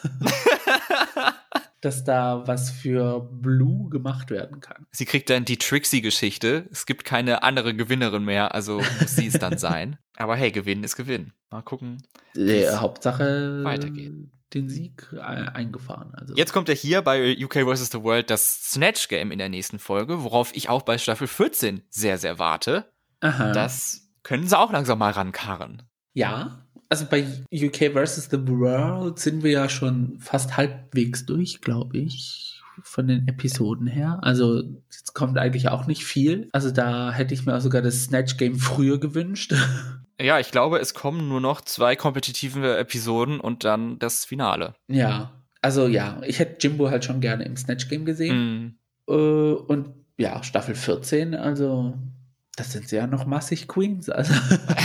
dass da was für Blue gemacht werden kann. Sie kriegt dann die Trixie-Geschichte. Es gibt keine andere Gewinnerin mehr, also muss sie es dann sein. Aber hey, gewinnen ist Gewinn. Mal gucken, wie es Hauptsache weitergeht. Den Sieg eingefahren. Also. Jetzt kommt ja hier bei U K versus. The World das Snatch-Game in der nächsten Folge, worauf ich auch bei Staffel vierzehn sehr, sehr warte. Aha. Das können sie auch langsam mal rankarren. Ja, also bei U K versus. The World sind wir ja schon fast halbwegs durch, glaube ich, von den Episoden her. Also jetzt kommt eigentlich auch nicht viel. Also da hätte ich mir auch sogar das Snatch-Game früher gewünscht. Ja, ich glaube, es kommen nur noch zwei kompetitive Episoden und dann das Finale. Ja, also ja, ich hätte Jimbo halt schon gerne im Snatch-Game gesehen. Mm. Äh, und ja, Staffel vierzehn, also das sind ja noch massig Queens. Also.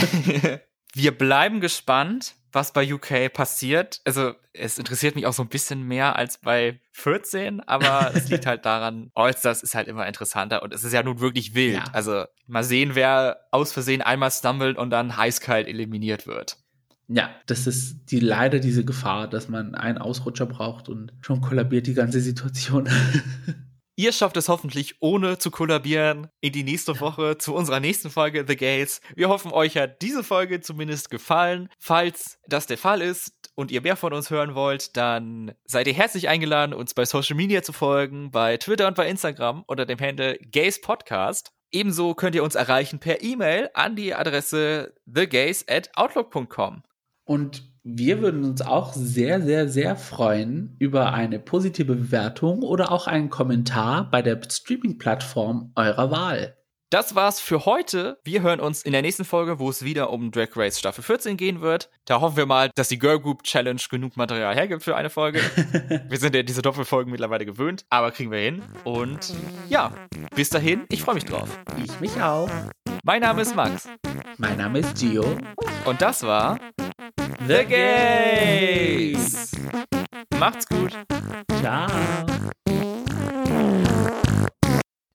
Wir bleiben gespannt, was bei U K passiert. Also es interessiert mich auch so ein bisschen mehr als bei vierzehn, aber es liegt halt daran, All-Stars ist halt immer interessanter und es ist ja nun wirklich wild. Ja. Also mal sehen, wer aus Versehen einmal stumbelt und dann heiß-kalt eliminiert wird. Ja, das ist die leider diese Gefahr, dass man einen Ausrutscher braucht und schon kollabiert die ganze Situation. Ihr schafft es hoffentlich, ohne zu kollabieren, in die nächste Woche zu unserer nächsten Folge The Gays. Wir hoffen, euch hat diese Folge zumindest gefallen. Falls das der Fall ist und ihr mehr von uns hören wollt, dann seid ihr herzlich eingeladen, uns bei Social Media zu folgen, bei Twitter und bei Instagram unter dem Handle Gays Podcast. Ebenso könnt ihr uns erreichen per E-Mail an die Adresse thegays at outlook punkt com. Und wir würden uns auch sehr, sehr, sehr freuen über eine positive Bewertung oder auch einen Kommentar bei der Streaming-Plattform eurer Wahl. Das war's für heute. Wir hören uns in der nächsten Folge, wo es wieder um Drag Race Staffel vierzehn gehen wird. Da hoffen wir mal, dass die Girl Group Challenge genug Material hergibt für eine Folge. Wir sind ja diese Doppelfolgen mittlerweile gewöhnt, aber kriegen wir hin. Und ja, bis dahin, ich freue mich drauf. Ich mich auch. Mein Name ist Max. Mein Name ist Gio. Und das war The Gays. Macht's gut. Ciao.